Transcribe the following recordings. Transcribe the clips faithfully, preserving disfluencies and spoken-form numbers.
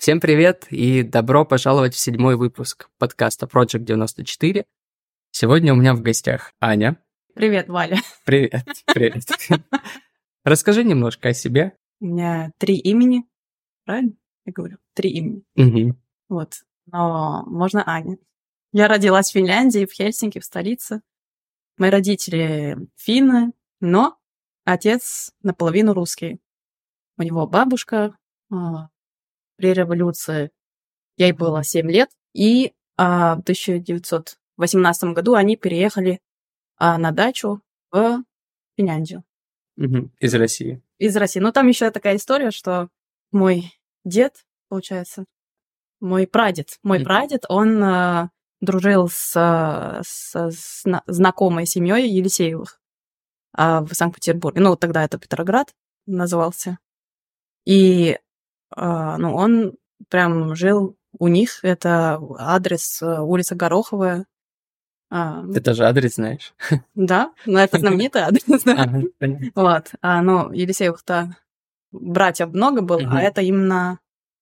Всем привет и добро пожаловать в седьмой выпуск подкаста Project девяносто четыре. Сегодня у меня в гостях Аня. Привет, Валя. Привет, привет. Расскажи немножко о себе. У меня три имени, правильно я говорю? Три имени. Угу. Вот, но можно Аня. Я родилась в Финляндии, в Хельсинки, в столице. Мои родители финны, но отец наполовину русский. У него бабушка а, при революции, ей было семь лет, и а, в тысяча девятьсот восемнадцатом году они переехали а, на дачу в Финляндию. Угу. Из России. Из России. Но там еще такая история, что мой дед, получается, мой прадед, мой mm-hmm. прадед, он а, дружил с, с, с знакомой семьей Елисеевых а, в Санкт-Петербурге. Ну, тогда это Петроград назывался. И а, ну, он прям жил у них. Это адрес улица Гороховая. А, Ты тоже адрес знаешь? Да, но это знаменитый адрес, да. Вот. А, ну, Елисеевых-то братьев много было, а это именно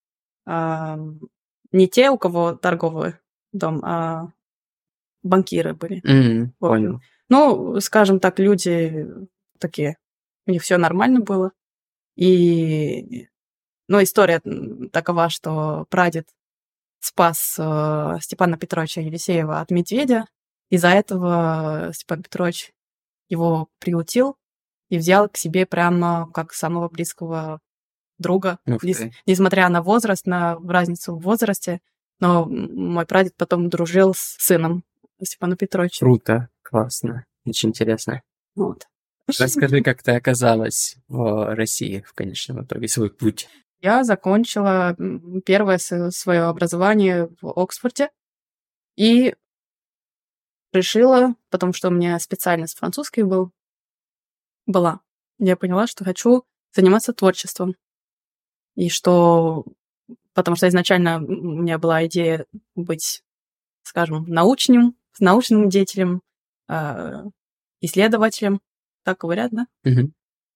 не те, у кого торговый дом, а банкиры были. Понял. Ну, скажем так, люди такие, у них все нормально было. И, ну, история такова, что прадед спас э, Степана Петровича Елисеева от медведя. Из-за этого Степан Петрович его приютил и взял к себе прямо как самого близкого друга. Нес- несмотря на возраст, на разницу в возрасте, но мой прадед потом дружил с сыном Степана Петровича. Круто, классно, очень интересно. Вот. Расскажи, как ты оказалась в России в конечном итоге, свой путь. Я закончила первое свое образование в Оксфорде и решила, потому что у меня специальность французский был, была. Я поняла, что хочу заниматься творчеством. И что... Потому что изначально у меня была идея быть, скажем, научным, научным деятелем, исследователем. Так говорят, да? Угу.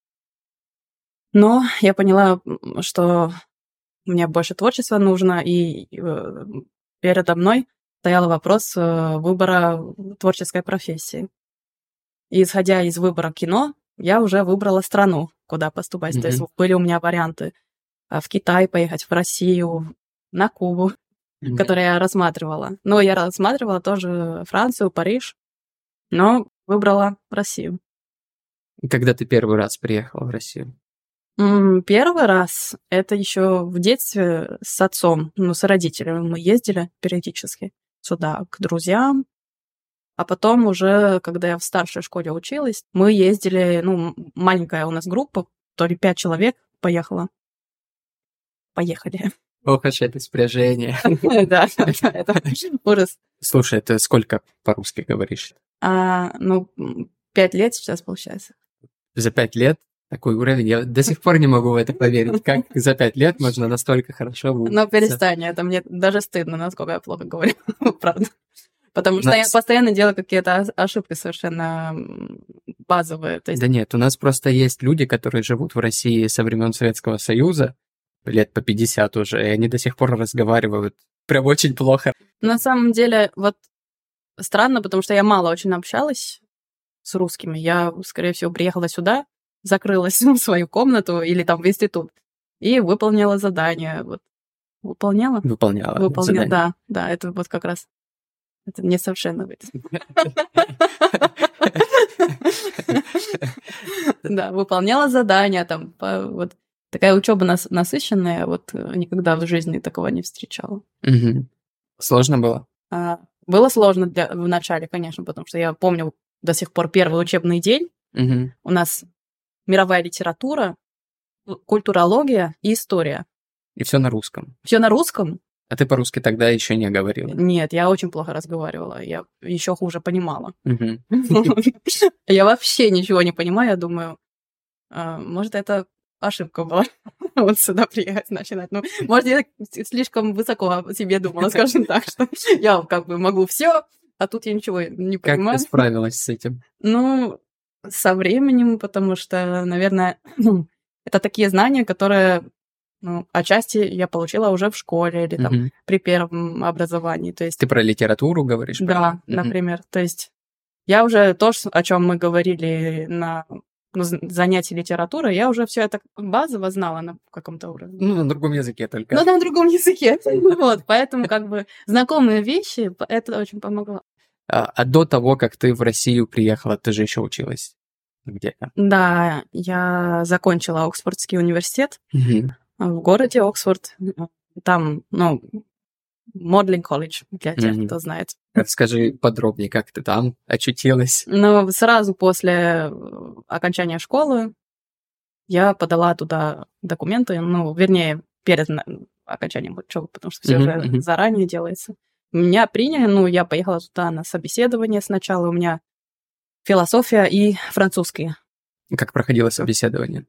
Но я поняла, что мне больше творчества нужно, и передо мной стоял вопрос выбора творческой профессии. И исходя из выбора кино, я уже выбрала страну, куда поступать. Mm-hmm. То есть были у меня варианты в Китай поехать, в Россию, на Кубу, mm-hmm. которые я рассматривала. Но я рассматривала тоже Францию, Париж, но выбрала Россию. И когда ты первый раз приехала в Россию? Первый раз это еще в детстве с отцом, ну, с родителями мы ездили периодически сюда к друзьям. А потом уже, когда я в старшей школе училась, мы ездили, ну, маленькая у нас группа, то ли пять человек поехала. Поехали. Ох, аж это спряжение. Да, это ужас. Слушай, ты сколько по-русски говоришь? Ну, пять лет сейчас получается. За пять лет? Такой уровень. Я до сих пор не могу в это поверить. Как за пять лет можно настолько хорошо выучиться? Ну, перестань, это мне даже стыдно, насколько я плохо говорю. Правда. Потому что нас... я постоянно делаю какие-то ошибки совершенно базовые. То есть... Да нет, у нас просто есть люди, которые живут в России со времен Советского Союза, лет по пятьдесят уже, и они до сих пор разговаривают прям очень плохо. На самом деле, вот странно, потому что я мало очень общалась с русскими. Я, скорее всего, приехала сюда, закрылась в свою комнату или там в институт и выполнила задание. Вот. Выполняла? Выполняла. Выполняла, да, да, это вот как раз. Это несовершенно. Да, выполняла задания, там, вот такая учеба насыщенная, вот никогда в жизни такого не встречала. Сложно было? Было сложно для, в начале, конечно, потому что я помню до сих пор первый учебный день. У нас мировая литература, культурология и история. И все на русском? Все на русском. А ты по-русски тогда еще не говорила? Нет, я очень плохо разговаривала, я еще хуже понимала. Угу. Я вообще ничего не понимаю, я думаю, может, это ошибка была, вот сюда приехать начинать. Ну, может, я слишком высоко о себе думала, скажем так, что я как бы могу все, а тут я ничего не понимаю. Как ты справилась с этим? Ну, со временем, потому что, наверное, это такие знания, которые Ну, отчасти я получила уже в школе или там Мгм. при первом образовании. То есть, Ты про литературу говоришь? да, правильно? Мгм. например. То есть я уже то, ш- о чем мы говорили на ну, з- занятии литературы, я уже все это базово знала на каком-то уровне. Ну, на другом языке только. Но на другом языке. Вот, поэтому как бы знакомые вещи, п- это очень помогло. А, а до того, как ты в Россию приехала, ты же еще училась где-то? Да, я закончила Оксфордский университет Мгм. в городе Оксфорд. Там, ну, Модлинг колледж, для тех, Мгм. кто знает. Расскажи подробнее, как ты там очутилась. Но сразу после э, окончания школы я подала туда документы, ну, вернее, перед на- окончанием учебы, потому что все Мгм, уже мгм. заранее делается. Меня приняли, ну, я поехала туда на собеседование сначала. У меня философия и французский. Как проходило собеседование?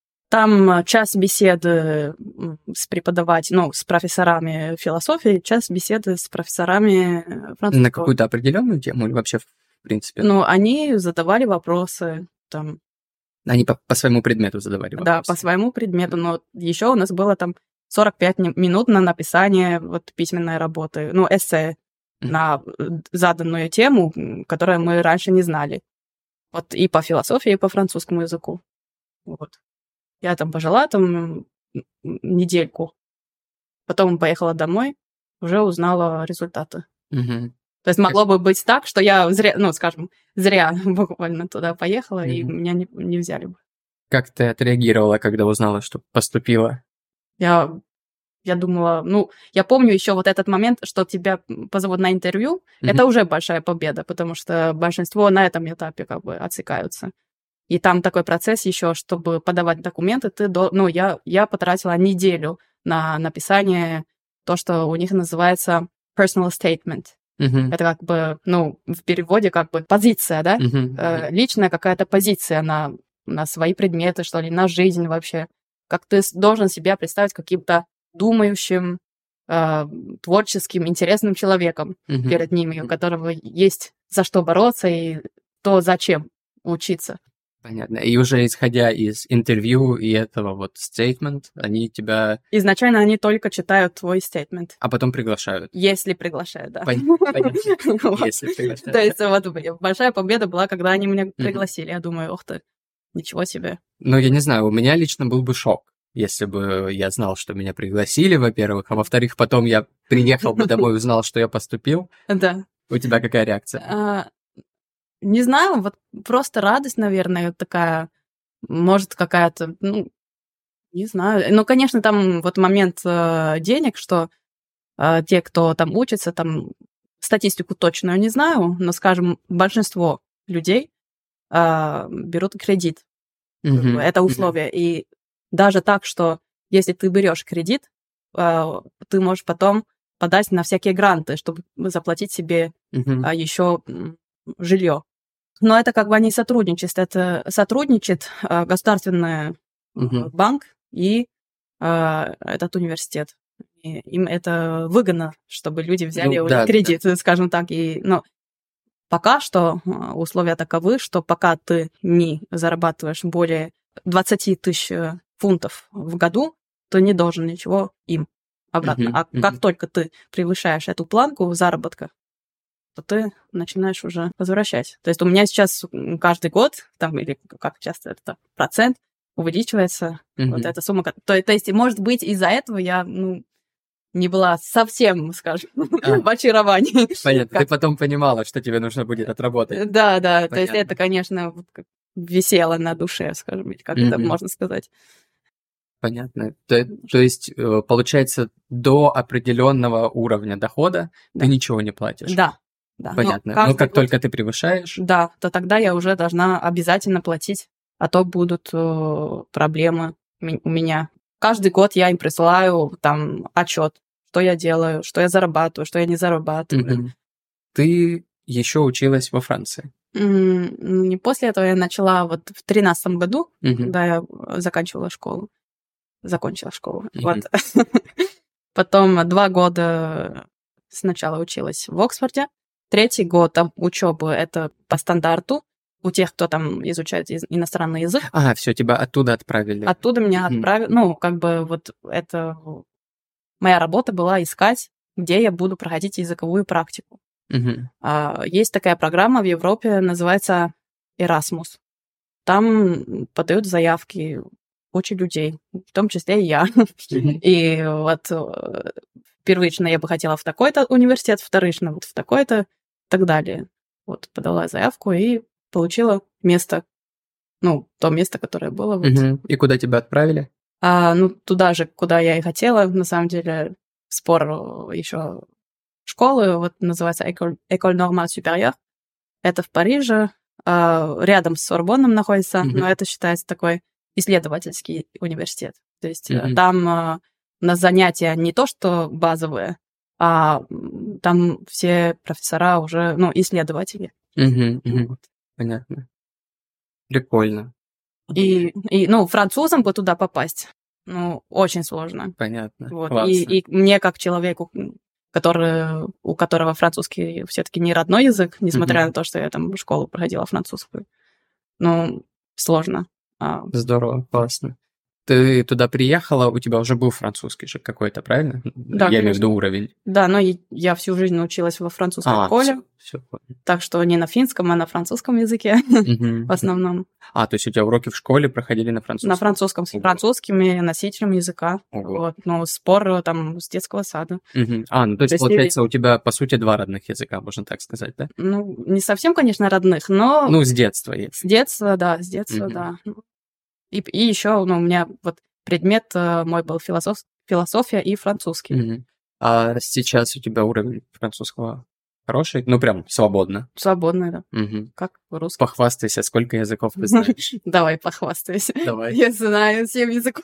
Там э, час беседы м, с преподавателем, ну, с профессорами философии, час беседы с профессорами э, французского. На какую-то определенную тему или вообще в принципе? Ну, они задавали вопросы, там, Они по, по своему предмету задавали да, вопросы? по своему предмету, но еще у нас было там сорок пять ни- минут на написание вот письменной работы, ну, эссе Мгм. на э, заданную тему, м, которую мы раньше не знали. Вот и по философии, и по французскому языку. Вот. Я там пожила там м, м, недельку. Потом поехала домой, уже узнала результаты. Мгм. То есть могло бы быть так, что я зря, ну, скажем, зря буквально туда поехала, и Мгм. меня не, не взяли бы. Как ты отреагировала, когда узнала, что поступила? Я, я думала, ну, я помню еще вот этот момент, что тебя позовут на интервью, Мгм. это уже большая победа, потому что большинство на этом этапе как бы отсекаются. И там такой процесс еще, чтобы подавать документы, ты, до... ну, я, я потратила неделю на написание то, что у них называется personal statement. Мгм. Это как бы, ну, в переводе как бы позиция, да? Мгм. Э, личная какая-то позиция на, на свои предметы, что ли, на жизнь вообще. Как ты с- должен себя представить каким-то думающим, э, творческим, интересным человеком Мгм. перед ними, у которого есть за что бороться и то зачем учиться. Понятно. И уже исходя из интервью и этого вот statement, они тебя, Изначально они только читают твой стейтмент, а потом приглашают. если приглашают, да. Пон- Понятно. Вот. Если приглашают. То есть вот большая победа была, когда они меня Мгм. пригласили. Я думаю, ух ты, ничего себе. Ну, я не знаю, у меня лично был бы шок, если бы я знал, что меня пригласили, во-первых, а во-вторых, потом я приехал бы домой и узнал, что я поступил. Да. У тебя какая реакция? А, Не знаю, вот просто радость, наверное, такая, может, какая-то, ну, не знаю. Ну, конечно, там вот момент э, денег, что э, те, кто там учится, там статистику точную не знаю, но, скажем, большинство людей э, берут кредит. Как бы Мгм. Это Мгм. условие. И даже так, что если ты берешь кредит, э, ты можешь потом подать на всякие гранты, чтобы заплатить себе Мгм. еще жилье. Но это как бы они сотрудничают. Это сотрудничает э, государственный э, Мгм. банк и э, этот университет. И им это выгодно, чтобы люди взяли Ну, у да, них да. кредит, скажем так. И, но пока что э, условия таковы, что пока ты не зарабатываешь более двадцать тысяч э, фунтов в году, то не должен ничего им обратно. Мгм. А Мгм. как только ты превышаешь эту планку заработка, то ты начинаешь уже возвращать. То есть у меня сейчас м, каждый год, там, или как часто это так, процент увеличивается вот Мгм. эта сумма. ко- То, то есть, может быть, из-за этого я, ну, не была совсем, скажем, А. в очаровании. Понятно, ты Как- потом понимала, что тебе нужно будет отработать. Да, да, то есть Понятно. это, конечно, вот как висело на душе, скажем, или как это Мгм. можно сказать. Понятно. То, то есть, э, получается, до определенного уровня дохода Да. ты ничего не платишь. Да, да. Но Понятно. Но каждый как год- только ты превышаешь, Да, то тогда я уже должна обязательно платить, а то будут э, проблемы ми- у меня. Каждый год я им присылаю там отчет, что я делаю, что я зарабатываю, что я не зарабатываю. мгм, ты еще училась во Франции. М, Не после этого я начала вот в тринадцатом году, Мгм. когда я э, заканчивала школу, закончила школу. Мгм. Вот. Потом два года сначала училась в Оксфорде. Третий год там учебы это по стандарту. у тех, кто там изучает из- иностранный язык. А, все, тебя оттуда отправили. Оттуда меня Мгм. отправили. Ну, как бы вот это... Моя работа была искать, где я буду проходить языковую практику. Мгм. А, Есть такая программа в Европе, называется Erasmus. Там подают заявки куча людей, в том числе и я. Мгм. И вот э, первично я бы хотела в такой-то университет, вторично вот в такой-то и так далее. Вот подала заявку и получила место, ну, то место, которое было. Вот. Мгм. И куда тебя отправили? А, ну, туда же, куда я и хотела, на самом деле, спор еще школы, вот называется École, École Normale Supérieure. Это в Париже, а, рядом с Сорбонном находится, Мгм. но это считается такой исследовательский университет. То есть э, Мгм. там а, у нас занятия не то, что базовые, а м, там все профессора уже, ну, исследователи. Мгм. Мгм. Вот. Понятно. Прикольно. И, и, ну, французам бы туда попасть, ну, очень сложно. Понятно. Вот. Классно. И, и мне, как человеку, м, который, у которого французский все-таки не родной язык, несмотря Мгм. на то, что я там школу проходила французскую, ну, сложно. А, Здорово, классно. Ты туда приехала, у тебя уже был французский же какой-то, правильно? Да, Я имею в конечно. виду уровень. Да, но и я всю жизнь училась во французской А, школе, все, понял. так что не на финском, а на французском языке Мгм. в основном. А, то есть у тебя уроки в школе проходили на На французском? французском, с Ого. французскими носителями языка. Ого. Вот, ну, спор э, там с детского сада. Мгм. А, ну то есть, То есть, получается, у тебя, по сути, два родных языка, можно так сказать, да? Ну, не совсем, конечно, родных, но Ну, с детства есть. с детства, да, с детства, Мгм. да. И, и еще, ну, у меня вот предмет э, мой был философ, философия и французский. Мгм. А сейчас у тебя уровень французского хороший? Ну, прям свободно. Свободный, да, Мгм. как русский. Похвастайся, сколько языков ты знаешь. Давай, похвастаюсь. Давай. Я знаю семь языков.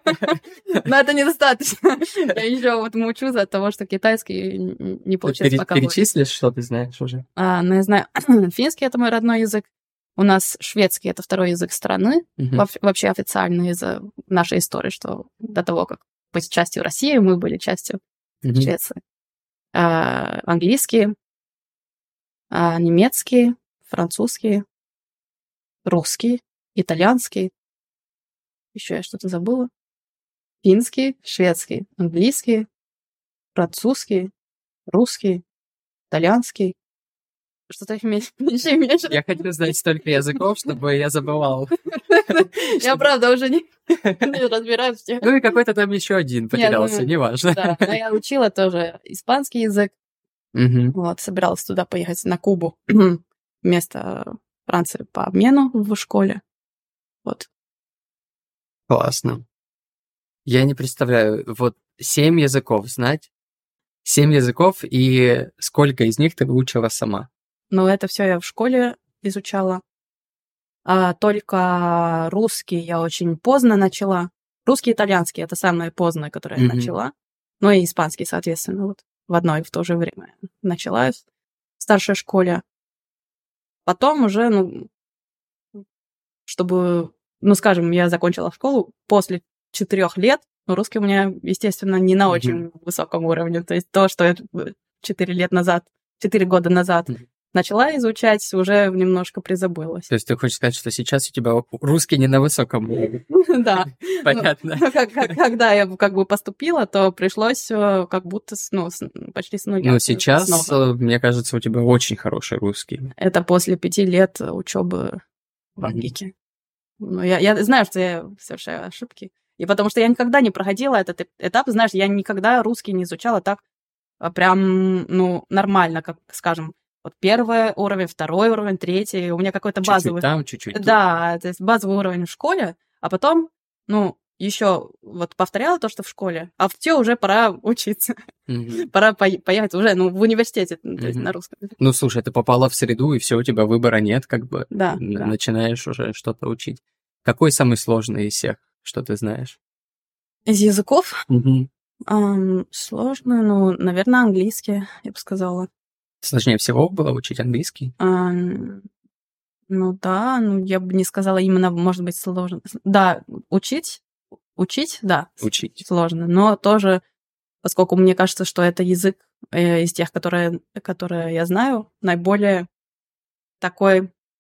Но это недостаточно. Я еще вот мучу за того, что китайский н- не Ты получается пере- пока выучить. перечислишь, что ты знаешь уже? А, ну, я знаю, финский — это мой родной язык. У нас шведский — это второй язык страны. Мгм. Вообще, вообще официально из-за нашей истории, что до того, как быть частью России, мы были частью Мгм. Швеции. А, английский, а, немецкий, французский, русский, итальянский. Еще я что-то забыла. Финский, шведский, английский, французский, русский, итальянский. Что-то их меньше, меньше и меньше. Я хочу знать столько языков, чтобы я забывал. Я, правда, уже не, не разбираюсь в тех. Ну и какой-то там еще один потерялся, ну, неважно. Да, но я учила тоже испанский язык. Мгм. Вот, собиралась туда поехать на Кубу вместо Франции по обмену в школе. Вот. Классно. Я не представляю, вот семь языков знать, семь языков, и сколько из них ты выучила сама? Но это все я в школе изучала. А только русский я очень поздно начала. Русский и итальянский — это самое позднее, которое я Мгм. начала. Ну и испанский, соответственно, вот в одно и в то же время начала в старшей школе. Потом уже, ну, чтобы, ну, скажем, я закончила школу после четырех лет, но русский у меня, естественно, не на Мгм. очень высоком уровне. То есть то, что я четыре лет назад, четыре года назад Мгм. начала изучать, уже немножко призабылась. То есть ты хочешь сказать, что сейчас у тебя русский не на высоком уровне? Да. Понятно. Ну, как- как- Когда я как бы поступила, то пришлось э, как будто с- ну, с- почти с нуля. Но сейчас, снова. э, мне кажется, у тебя очень хороший русский. Это после пяти лет учебы в Мгм. Амгике. Ну, я, я знаю, что я совершаю ошибки. И потому что я никогда не проходила этот эп- этап, знаешь, я никогда русский не изучала так а, прям, ну, нормально, как, скажем, вот первый уровень, второй уровень, третий. У меня какой-то Чуть-чуть базовый. там, чуть-чуть тут. Да, то есть базовый уровень в школе, а потом, ну, еще вот повторяла то, что в школе, а все, уже пора учиться. Мгм. Пора по- поехать уже, ну, в университете, то есть Мгм. на русском. Ну, слушай, ты попала в среду, и все, у тебя выбора нет, как бы. Да, Н- да. Начинаешь уже что-то учить. Какой самый сложный из всех, что ты знаешь? Из языков Мгм. ам, сложно, ну, наверное, английский, я бы сказала. Сложнее всего было учить английский? Ам, ну да, ну я бы не сказала именно, может быть, сложно. С- Да, учить, учить, да, с- Учить. сложно, но тоже, поскольку мне кажется, что это язык э, из тех, которые, которые я знаю, наиболее такой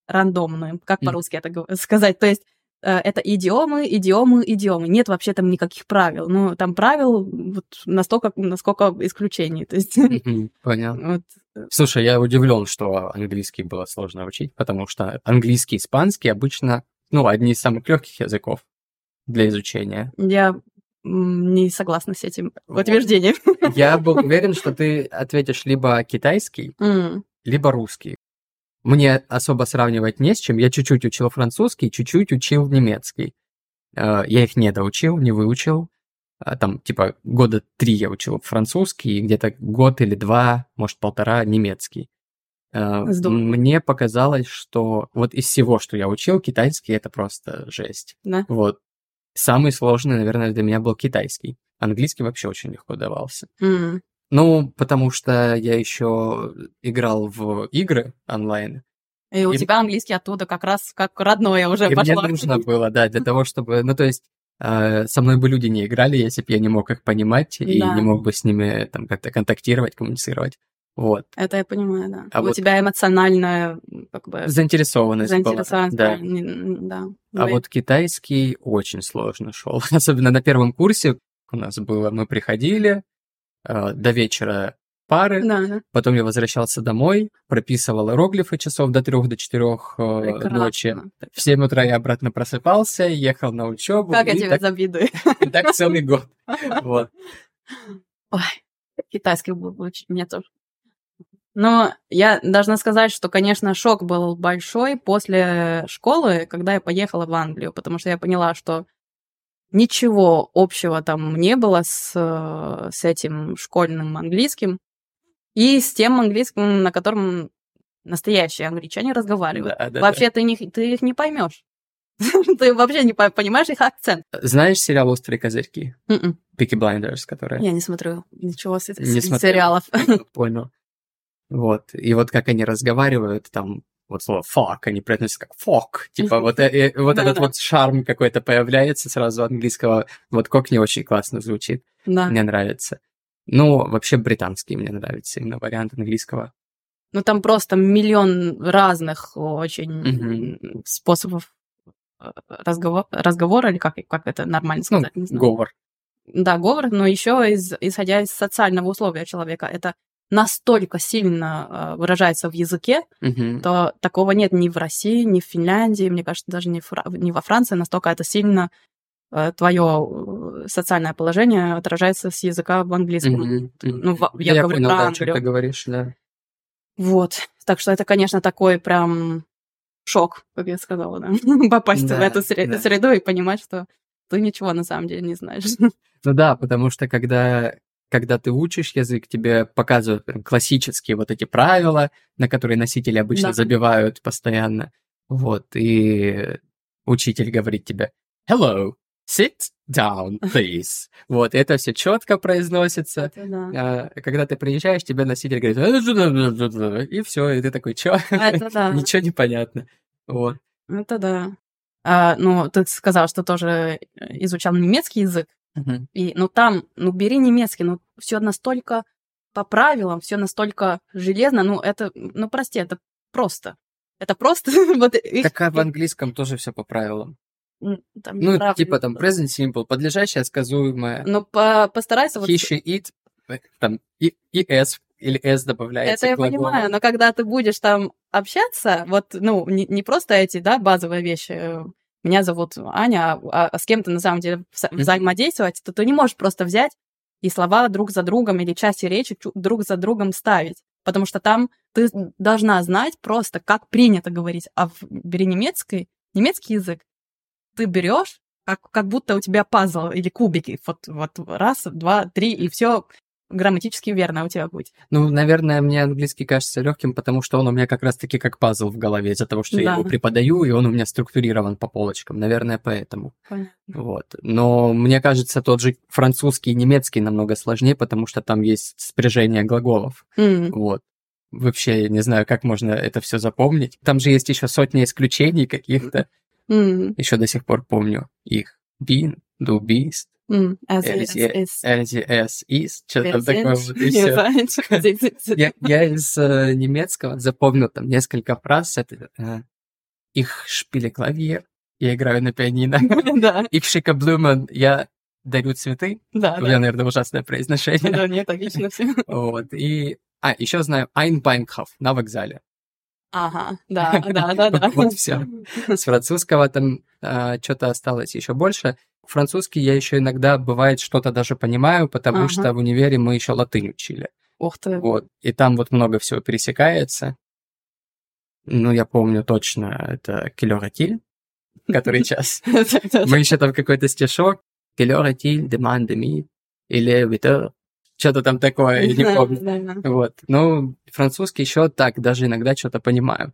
рандомную. Как Мгм. по-русски это гов- сказать? То есть э, это идиомы, идиомы, идиомы. Нет вообще там никаких правил. Ну, там правил вот настолько, насколько исключений. То есть Мгм. Понял. вот, э, Слушай, я удивлен, что английский было сложно учить, потому что английский и испанский обычно, ну, одни из самых легких языков для изучения. я м, не согласна с этим Вот. утверждением. Я был уверен, что ты ответишь либо китайский, М, либо русский. Мне особо сравнивать не с чем. Я чуть-чуть учил французский, чуть-чуть учил немецкий. Э, Я их не доучил, не выучил. А Там, типа, года три я учил французский, и где-то год или два, может, полтора немецкий. Э, Здорово, Мне показалось, что вот из всего, что я учил, китайский — это просто жесть. да. Вот. Самый сложный, наверное, для меня был китайский. Английский вообще очень легко давался. М. Ну, потому что я еще играл в игры онлайн, И у и, тебя английский оттуда как раз как родное уже и мне пошло. нужно было, да, для того, чтобы... Ну, то есть, э, со мной бы люди не играли, если бы я не мог их понимать и не Да, мог бы с ними там как-то контактировать, коммуницировать. Вот. это я понимаю, да. А У вот тебя эмоциональная м, как бы заинтересованность была, заинтересованность, да. правильно, не- м, да. А Ну, и- вот китайский очень сложно шел. Особенно на первом курсе у нас было, мы приходили э, до вечера пары, Да, да. потом я возвращался домой, прописывал иероглифы часов до трех, до четырех ночи. Прекрасно. В семь утра я обратно просыпался, ехал на учебу, Как я и тебя так, завидую. и так целый год. Вот. Ой, китайский был бы очень, мне тоже. Но я должна сказать, что, конечно, шок был большой после школы, когда я поехала в Англию, потому что я поняла, что ничего общего там не было с, э, с этим школьным английским и с тем английским, на котором настоящие англичане разговаривают. Да, да, да. Вообще ты, не, ты их не поймешь. Ты вообще не по- понимаешь их акцент. Знаешь сериал «Острые козырьки»? М-м. Peaky Blinders, который... Я не смотрю ничего с, Не с- смотрел. сериалов. Понял. Вот. И вот как они разговаривают, там вот слово fuck, они произносят как fuck. Типа вот, э, э, вот этот Да-да. вот шарм какой-то появляется сразу английского. Вот кокни очень классно звучит. Да. Мне нравится. Ну, вообще британский мне нравится, именно вариант английского. Ну, там просто миллион разных очень Мгм. м, способов э, разговор- разговора, или как, как это нормально Ну, сказать, не знаю. говор. Да, говор, но еще из, исходя из социального условия человека. Это настолько сильно э, выражается в языке, Мгм. то такого нет ни в России, ни в Финляндии, мне кажется, даже не, Фра- не во Франции, настолько это сильно э, твое социальное положение отражается с языка в английском. Мгм. Мгм. Ну, во- Да, я я говорю понял, про да, о чем Англию. ты говоришь, да. Вот. Так что это, конечно, такой прям шок, как я сказала, да. Попасть в Да, эту сре- да. среду и понимать, что ты ничего на самом деле не знаешь. Ну да, потому что когда, когда ты учишь язык, тебе показывают прям классические вот эти правила, на которые носители обычно Да. забивают постоянно. Вот, и учитель говорит тебе «Hello, sit down, please». Вот, это все четко произносится. Это да. А когда ты приезжаешь, тебе носитель говорит и все, и ты такой, чё? Это да. Ничего не понятно. Вот. Это да. А, ну, ты сказал, что тоже изучал немецкий язык. Мгм. И, ну, там, ну, бери немецкий, ну, все настолько по правилам, все настолько железно, ну, это, ну, прости, это просто. Это просто вот их... Так а в английском тоже все по правилам. м, там Ну, неправильно. типа там present simple, подлежащее, сказуемое. Ну, по- постарайся вот... He, she, it, э, там, и, и s, или s добавляется Это я к глаголу. понимаю, но когда ты будешь там общаться, вот, ну, не, не просто эти, да, базовые вещи, э, меня зовут Аня, а, а с кем-то на самом деле вза- Мгм. взаимодействовать, то ты не можешь просто взять и слова друг за другом или части речи чу- друг за другом ставить, потому что там ты должна знать просто, как принято говорить. А в, бери немецкий, немецкий язык, ты берешь, как, как будто у тебя пазл или кубики, вот, вот раз, два, три, и все грамматически верно у тебя будет. Ну, наверное, мне английский кажется легким, потому что он у меня как раз-таки как пазл в голове, из-за того, что я Да. его преподаю, и он у меня структурирован по полочкам. Наверное, поэтому. Понятно. Вот. Но мне кажется, тот же французский и немецкий намного сложнее, потому что там есть спряжение глаголов. М. Вот. Вообще, я не знаю, как можно это все запомнить. Там же есть еще сотни исключений каких-то. М. Еще до сих пор помню их. Been, do, beast, М. As as, is, is, as, as, is. Что там present. такое вот, и Не всё. знаю, что здесь. Я, я из э, немецкого запомнил там несколько фраз. Это, э, их шпиле клавир, я играю на пианино. Да. Их шикаблюмен, я дарю цветы. Да, У меня, наверное, ужасное произношение. Да, нет, отлично все. Вот, и... А, еще знаю Ein Bankhof на вокзале. Ага, да, да, да, да. Вот все. С французского там а, что-то осталось еще больше. Французский я еще иногда, бывает, что-то даже понимаю, потому Ага. что в универе мы еще латынь учили. Ух ты. Вот. И там вот много всего пересекается. Ну, я помню точно, это «Келёратиль», который час. Мы еще там какой-то стишок «Келёратиль, деман деми» или «Витер». Что-то там такое, я не помню. Да, да, да. Вот. Ну, французский еще так, даже иногда что-то понимаю.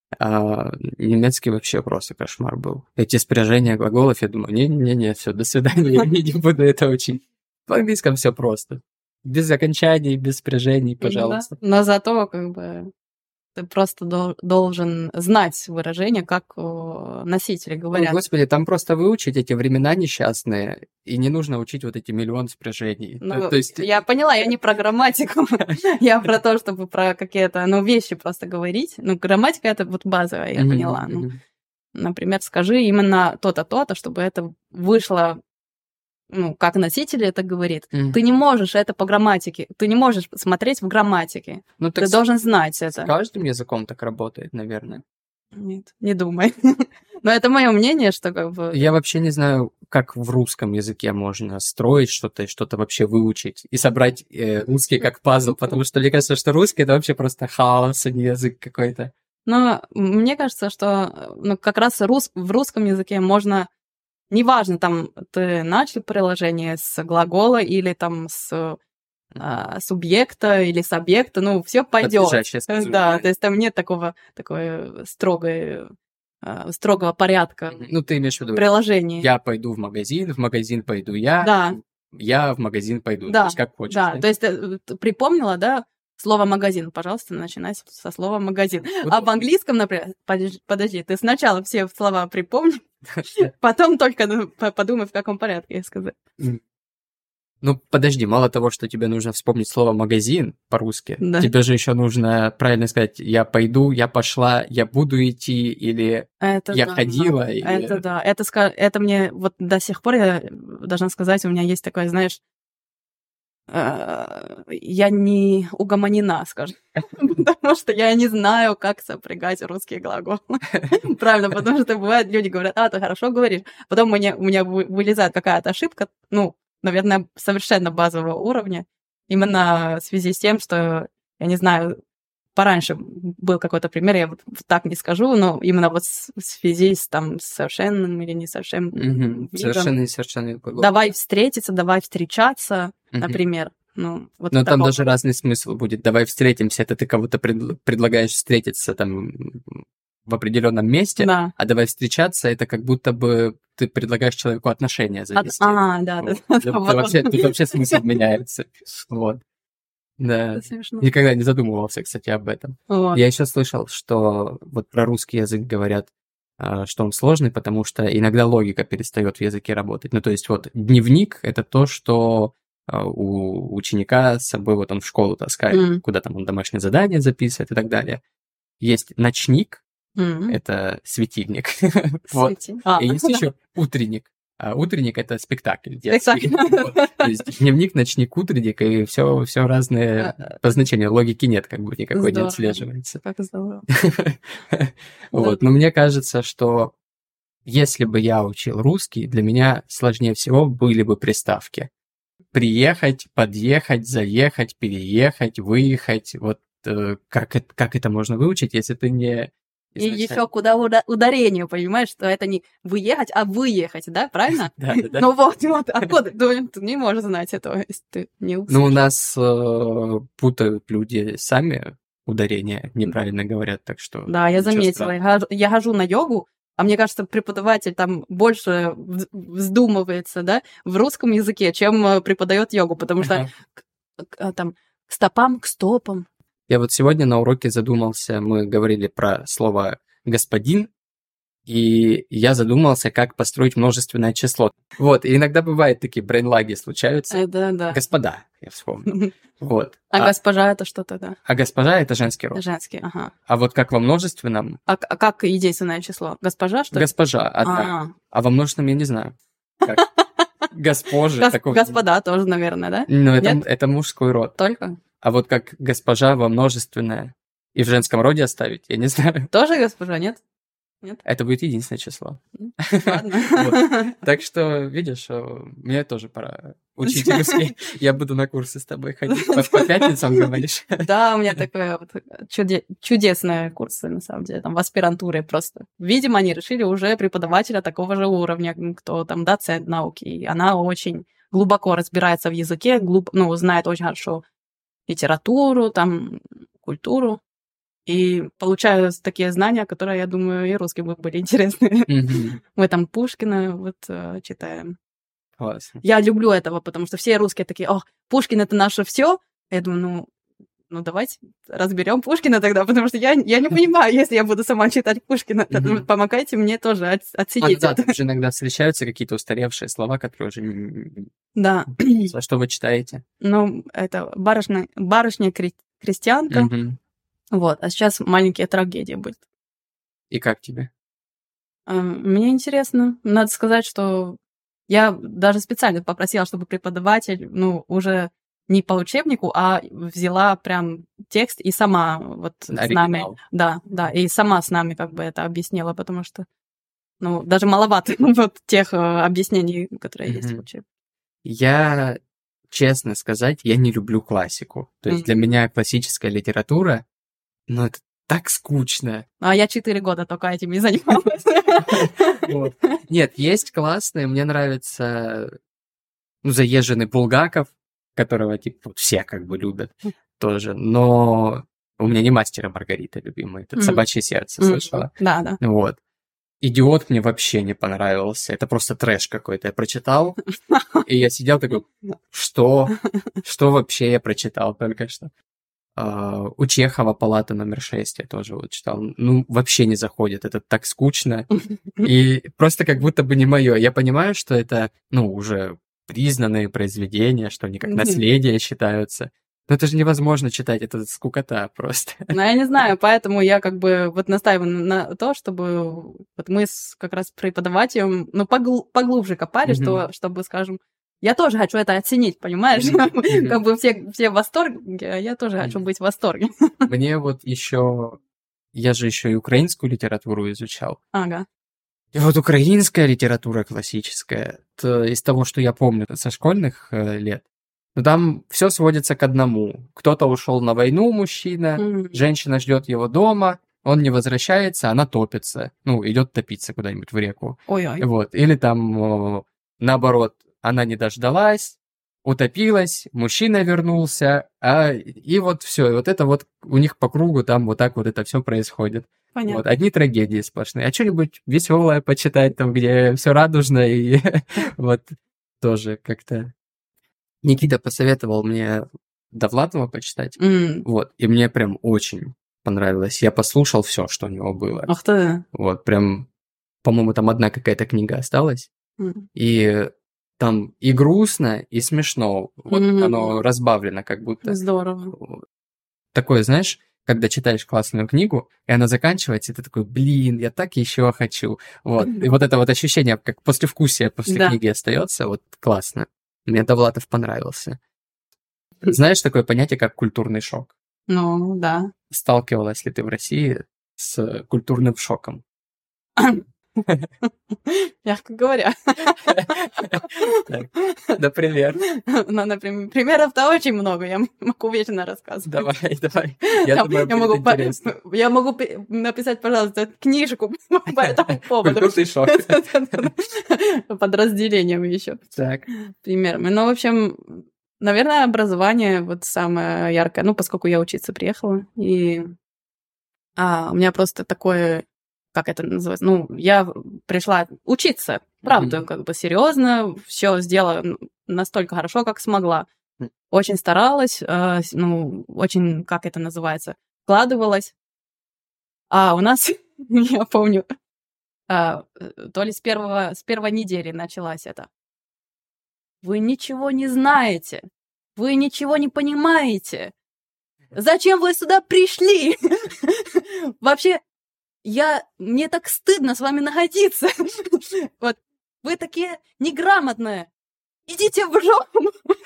А немецкий вообще просто кошмар был. Эти спряжения глаголов, я думаю, не-не-не, все, до свидания, я не буду это учить. В английском все просто. Без окончаний, без спряжений, пожалуйста. Да. Но зато как бы ты просто дол- должен знать выражение, как о, носители Ой, говорят. господи, там просто выучить эти времена несчастные, и не нужно учить вот эти миллион спряжений. Ну, То, то есть... я поняла, я не про грамматику, я про то, чтобы про какие-то, ну, вещи просто говорить. Ну, грамматика — это вот базовая, я Мгм, поняла. Ну, мгм. например, скажи именно то-то, то-то, чтобы это вышло, ну, как носитель это говорит. Мгм. Ты не можешь это по грамматике, ты не можешь смотреть в грамматике. Ну, так Ты с- должен знать с это. каждым языком так работает, наверное. Нет, не думай. Но это мое мнение, что как бы... Я вообще не знаю, как в русском языке можно строить что-то, и что-то вообще выучить и собрать э, русский как пазл, потому что мне кажется, что русский — это вообще просто хаос, а не язык какой-то. Но мне кажется, что ну, как раз рус... в русском языке можно... Неважно, там ты начал приложение с глагола или там с а, субъекта или с объекта, ну, все пойдет. Подлежащее сказуемое. Да, то есть там нет такого, такой строгой, а, строгого порядка Ну, ты имеешь в виду, приложений. я пойду в магазин, в магазин пойду я, Да, я в магазин пойду, то да, есть как хочешь. да. То есть ты, ты припомнила, да, слово магазин, пожалуйста, начинай с- со слова магазин. Вот- А в английском, например, подожди, подожди, ты сначала все слова припомни, потом только ну, по- подумай, в каком порядке их сказать. Ну, подожди, мало того, что тебе нужно вспомнить слово «магазин» по-русски, Да. тебе же еще нужно правильно сказать «я пойду», «я пошла», «я буду идти» или Это «я да, ходила». или- Это да, это, ска- это мне вот до сих пор, я должна сказать, у меня есть такое, знаешь, э, я не угомонена, скажем, потому что я не знаю, как сопрягать русские глаголы. Правильно, потому что бывает, люди говорят, а, ты хорошо говоришь, потом у меня, у меня вы- вылезает какая-то ошибка, ну, наверное, совершенно базового уровня, именно в связи с тем, что, я не знаю, пораньше был какой-то пример, я вот так не скажу, но именно вот с- в связи с там с совершенным или несовершенным Мгм. видом. Совершенно несовершенный глагол. Давай встретиться, давай встречаться, Мгм. например. Ну, вот Но там такого. даже разный смысл будет. Давай встретимся, это ты кого-то пред- предлагаешь встретиться там в определенном месте, Да. а давай встречаться, это как будто бы ты предлагаешь человеку отношения От- завести. А, да, да. Вот. да, Тут вот. вообще, тут вообще смысл меняется. Вот. Да. Это смешно. Никогда не задумывался, кстати, об этом. Вот. Я еще слышал, что вот про русский язык говорят, а, что он сложный, потому что иногда логика перестает в языке работать. Ну, то есть вот дневник — это то, что а, у ученика с собой вот он в школу таскает, Мгм. куда там он домашнее задание записывает и так далее. Есть ночник, М. это светильник. Вот. Свети. А, И есть да. еще утренник. А утренник — это спектакль детский. Спектакль. Вот. То есть дневник, ночник, утренник, и все, все разные по значению. Логики нет, как бы никакой не Здорово. отслеживается. Как здорово. Вот. Но мне кажется, что если бы я учил русский, для меня сложнее всего были бы приставки. Приехать, подъехать, заехать, переехать, выехать. Вот э, как, это, как это можно выучить, если ты не... И изначально- еще куда уда- ударение, понимаешь, что это не выехать, а выехать, да, правильно? Да, да, да. Ну вот, вот, откуда? Ты, ты не можешь знать этого, если ты не Ну, у услышишь. нас э, путают люди сами ударения, неправильно говорят, так что... Да, я ничего заметила. страшного. Я хожу, я хожу на йогу, а мне кажется, преподаватель там больше вз- вздумывается, да, в русском языке, чем э, преподает йогу, потому что Ага. к- а, там к стопам, к стопам. Я вот сегодня на уроке задумался, мы говорили про слово «господин», И я задумался, как построить множественное число. Вот, и иногда бывают такие брейнлаги случаются. Э, Да, да. Господа, я вспомнил. Вот. А госпожа это что тогда? А госпожа — это женский род. Женский, ага. А вот как во множественном... А, а как единственное число? Госпожа, что ли? Госпожа, одна. А, А во множественном я не знаю. Как? Госпожа. Гос- такого- Господа тоже, наверное, да? Ну, это, Нет? это мужской род. Только? А вот как госпожа во множественное и в женском роде оставить, я не знаю. Тоже госпожа, нет? Нет? Это будет единственное число. Ладно. Вот. Так что, видишь, э, мне тоже пора учить русский. Я буду на курсы с тобой ходить. По, по пятницам, говоришь? Да, у меня такое вот чуде- чудесные курсы, на самом деле, там в аспирантуре просто. Видимо, они решили уже преподавателя такого же уровня, кто там доцент науки. И она очень глубоко разбирается в языке, глуб... ну, знает очень хорошо литературу, там, культуру. И получаю такие знания, которые, я думаю, и русским бы были интересны. Мгм. Мы там Пушкина вот э, читаем. Классно. Я люблю этого, потому что все русские такие: о, Пушкин — это наше все. Я думаю, ну, ну давайте разберем Пушкина тогда, потому что я, я не понимаю, если я буду сама читать Пушкина, то Мгм. помогайте мне тоже от- А, отсидеть да, это. там же иногда встречаются какие-то устаревшие слова, которые уже... м, Да, За что вы читаете? ну, это барышня, барышня-крестьянка, Мгм. вот, а сейчас маленькие трагедии будет. И как тебе? А, Мне интересно. Надо сказать, что я даже специально попросила, чтобы преподаватель, ну, уже не по учебнику, а взяла прям текст и сама вот с нами, Оригинал. да, да, и сама с нами как бы это объяснила, потому что, ну, даже маловато вот тех э, объяснений, которые есть в Мгм. учебнике. Я, честно сказать, я не люблю классику. То есть для Мгм. меня классическая литература, ну, это так скучно. А я четыре года только этим и занималась. Вот. Нет, есть классные, мне нравится, ну, заезженный Булгаков, которого, типа, вот все как бы любят тоже, но у меня не «Мастер и Маргарита» любимый, это Мгм. «Собачье сердце», Мгм. слышала? Да, да. Вот. «Идиот» мне вообще не понравился, это просто трэш какой-то. Я прочитал, и я сидел такой: что? Что вообще я прочитал только что? А, у Чехова «Палата номер шесть» я тоже вот читал. Ну, вообще не заходит, это так скучно. И просто как будто бы не мое. Я понимаю, что это, ну, уже признанные произведения, что они как Мгм. наследие считаются. Но это же невозможно читать, это скукота просто. Ну, я не знаю, поэтому я как бы вот настаиваю на то, чтобы вот мы с как раз преподавателем, ну, погл- поглубже копали, Мгм. что, чтобы, скажем, я тоже хочу это оценить, понимаешь? Мгм. Мгм. Как бы все, все в восторге, а я тоже хочу Мгм. быть в восторге. Мне вот еще... Я же еще и украинскую литературу изучал. Ага. И вот украинская литература классическая, то из того, что я помню со школьных э, лет, ну там все сводится к одному. Кто-то ушел на войну, мужчина, Мгм. женщина ждет его дома, он не возвращается, она топится, ну, идет топиться куда-нибудь в реку. Ой-ой. Вот. Или там, о, наоборот, она не дождалась, утопилась, мужчина вернулся, а, и вот все. И вот это вот у них по кругу там вот так вот это все происходит. Вот, Понятно. одни трагедии сплошные. А что-нибудь веселое почитать, там, где все радужно, и вот тоже как-то. Никита посоветовал мне Довлатова почитать. М. Вот, и мне прям очень понравилось. Я послушал все, что у него было. Ах ты. Вот, прям, по-моему, там одна какая-то книга осталась. М. И там и грустно, и смешно. Вот Мгм. оно разбавлено как будто. Здорово. Такое, знаешь, когда читаешь классную книгу, и она заканчивается, и ты такой: блин, я так еще хочу. Вот. И вот это вот ощущение, как послевкусие после Да. книги остается, вот классно. Мне Довлатов понравился. Знаешь такое понятие, как культурный шок? Ну, да. Сталкивалась ли ты в России с культурным шоком? Мягко говоря. Так, например. Ну, например, примеров-то очень много, я могу вечно рассказывать. Давай, давай. Я Там думаю, я будет могу, по- интересно. я могу пи- написать, пожалуйста, книжку по этому поводу. Культурный шок. Подразделением еще Так. примерами. Ну, в общем, наверное, образование вот самое яркое, ну, поскольку я учиться приехала, и а, у меня просто такое, как это называется, ну, я пришла учиться, правда, Мгм. как бы серьезно, все сделала н- настолько хорошо, как смогла. М. Очень старалась, э, с- ну, очень, как это называется, вкладывалась. А у нас, я помню, а, то ли с первого, с первой недели началась это. Вы ничего не знаете, вы ничего не понимаете. Зачем вы сюда пришли? Вообще, я, мне так стыдно с вами находиться. Вот, вы такие неграмотные. Идите в жопу.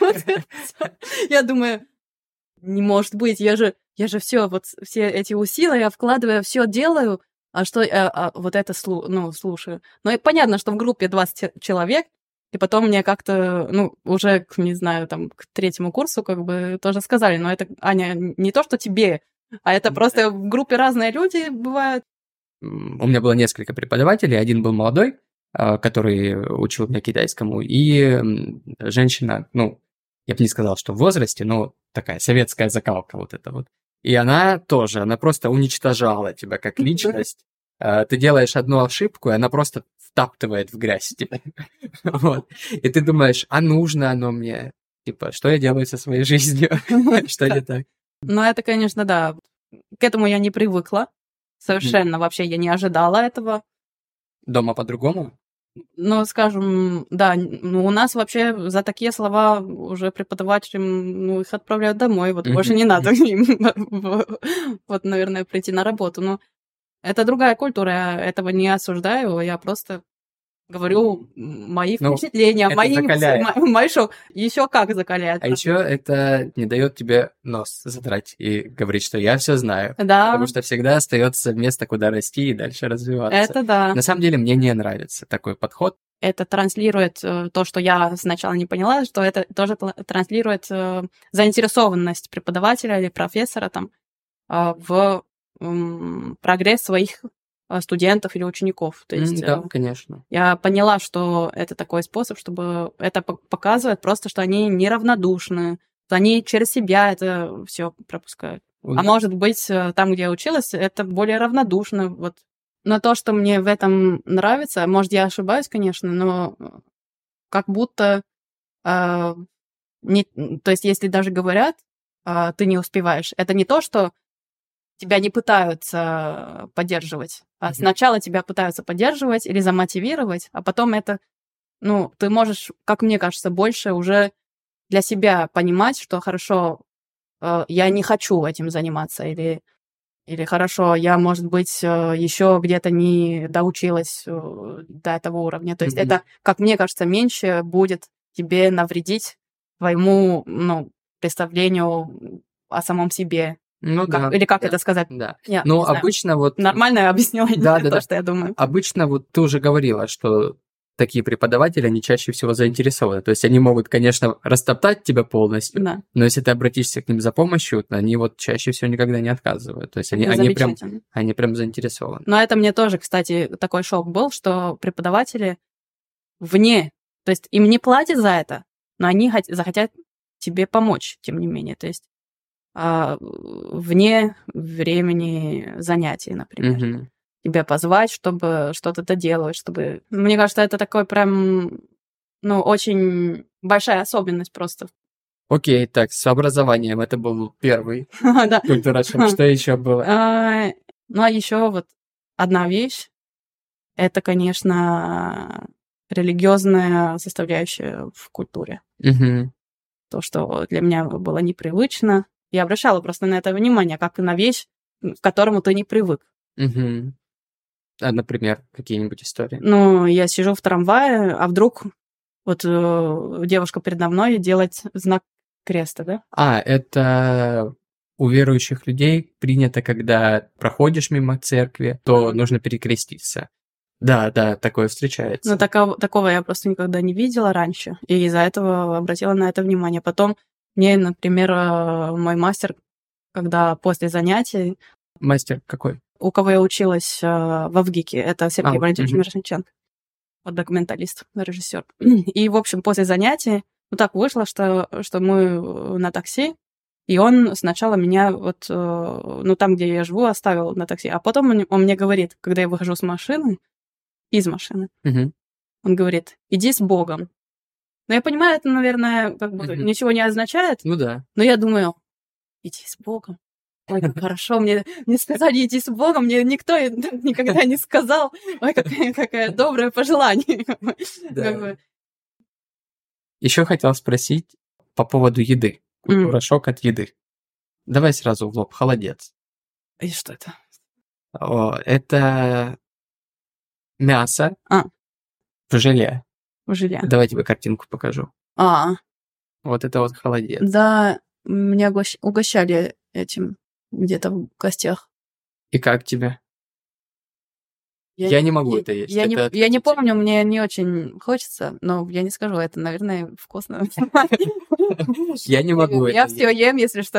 Я думаю, не может быть, я же, я же все, вот все эти усилия я вкладываю, все делаю, а что, а, а вот это слу, ну, слушаю. Но и понятно, что в группе двадцать человек, и потом мне как-то, ну, уже, не знаю, там, к третьему курсу как бы тоже сказали, но это, Аня, не то, что тебе, а это просто в группе разные люди бывают. У меня было несколько преподавателей, один был молодой, который учил меня китайскому, и женщина, ну, я бы не сказал, что в возрасте, но такая советская закалка вот эта вот. И она тоже, она просто уничтожала тебя как личность. Ты делаешь одну ошибку, и она просто втаптывает в грязь тебя. Вот. И ты думаешь, а нужно оно мне? Типа, что я делаю со своей жизнью? Что не так? Ну, это, конечно, да. К этому я не привыкла. Совершенно вообще я не ожидала этого. Дома по-другому? Ну, скажем, да, ну, у нас вообще за такие слова уже преподавателям, ну, их отправляют домой, вот больше не надо им, вот, наверное, прийти на работу. Но это другая культура, я этого не осуждаю, я просто говорю мои Ну, впечатления, это мои, закаляет. мои шоу. Еще как закаляет. А еще это не дает тебе нос задрать и говорить, что я все знаю. Да. Потому что всегда остается место, куда расти и дальше развиваться. Это да. На самом деле мне не нравится такой подход. Это транслирует э, то, что я сначала не поняла, что это тоже транслирует э, заинтересованность преподавателя или профессора там, э, в э, прогресс своих студентов или учеников. То есть, да, конечно. Я поняла, что это такой способ, чтобы это показывает просто, что они неравнодушны, что они через себя это все пропускают. Ой. А может быть, там, где я училась, это более равнодушно. Вот. Но то, что мне в этом нравится, может, я ошибаюсь, конечно, но как будто... Э, не, то есть, если даже говорят, э, ты не успеваешь, это не то, что тебя не пытаются поддерживать. А mm-hmm. Сначала тебя пытаются поддерживать или замотивировать, а потом это, ну, ты можешь, как мне кажется, больше уже для себя понимать, что хорошо, э, я не хочу этим заниматься, или, или хорошо, я, может быть, э, еще где-то не доучилась э, до этого уровня. То есть mm-hmm. это, как мне кажется, меньше будет тебе навредить твоему, ну, представлению о самом себе. Ну, как, да, или как да, это сказать? Да. Я Но обычно знаю. Вот... Нормально я объяснила, да, не да, то, да. что я думаю. Обычно вот ты уже говорила, что такие преподаватели, они чаще всего заинтересованы. То есть они могут, конечно, растоптать тебя полностью, да. но если ты обратишься к ним за помощью, они вот чаще всего никогда не отказывают. То есть они, они, прям, они прям заинтересованы. Но это мне тоже, кстати, такой шок был, что преподаватели вне, то есть им не платят за это, но они захотят тебе помочь, тем не менее. То есть а, вне времени занятий, например. Угу. Тебя позвать, чтобы что-то доделать, чтобы... Мне кажется, это такой прям, ну, очень большая особенность просто. Окей, так, с образованием это был первый культурашок. Что еще было? Ну, а еще вот одна вещь, это, конечно, религиозная составляющая в культуре. То, что для меня было непривычно. Я обращала просто на это внимание, как и на вещь, к которому ты не привык. Угу. А, например, какие-нибудь истории? Ну, я сижу в трамвае, а вдруг вот э, девушка передо мной делает знак креста, да? А, это у верующих людей принято, когда проходишь мимо церкви, то нужно перекреститься. Да, да, такое встречается. Ну, такого, такого я просто никогда не видела раньше, и из-за этого обратила на это внимание. Потом мне, например, мой мастер, когда после занятий... Мастер какой? У кого я училась в ВГИКе, это Сергей а, Валентинович угу. Мирошниченко, вот документалист, режиссер. И, в общем, после занятий, ну, так вышло, что, что мы на такси, и он сначала меня вот, ну, там, где я живу, оставил на такси, а потом он, он мне говорит, когда я выхожу с машины, из машины, угу. он говорит, иди с Богом. Ну, я понимаю, это, наверное, как бы угу. ничего не означает. Ну, да. Но я думаю, иди с Богом. ой, как хорошо, мне, мне сказали идти с Богом, мне никто никогда не сказал, ой, какая, какая доброе пожелание. Да. Еще хотел спросить по поводу еды. Культура шок от еды. Давай сразу в лоб. Холодец. И что это? О, это мясо А. в желе. В желе. Давай тебе картинку покажу. А. Вот это вот холодец. Да, меня угощ- угощали этим где-то в гостях. И как тебе? Я не могу я, это есть. Я, это не, я не отвратительно. помню, мне не очень хочется, но я не скажу, это, наверное, вкусно. Я не могу Я это все ем, если что.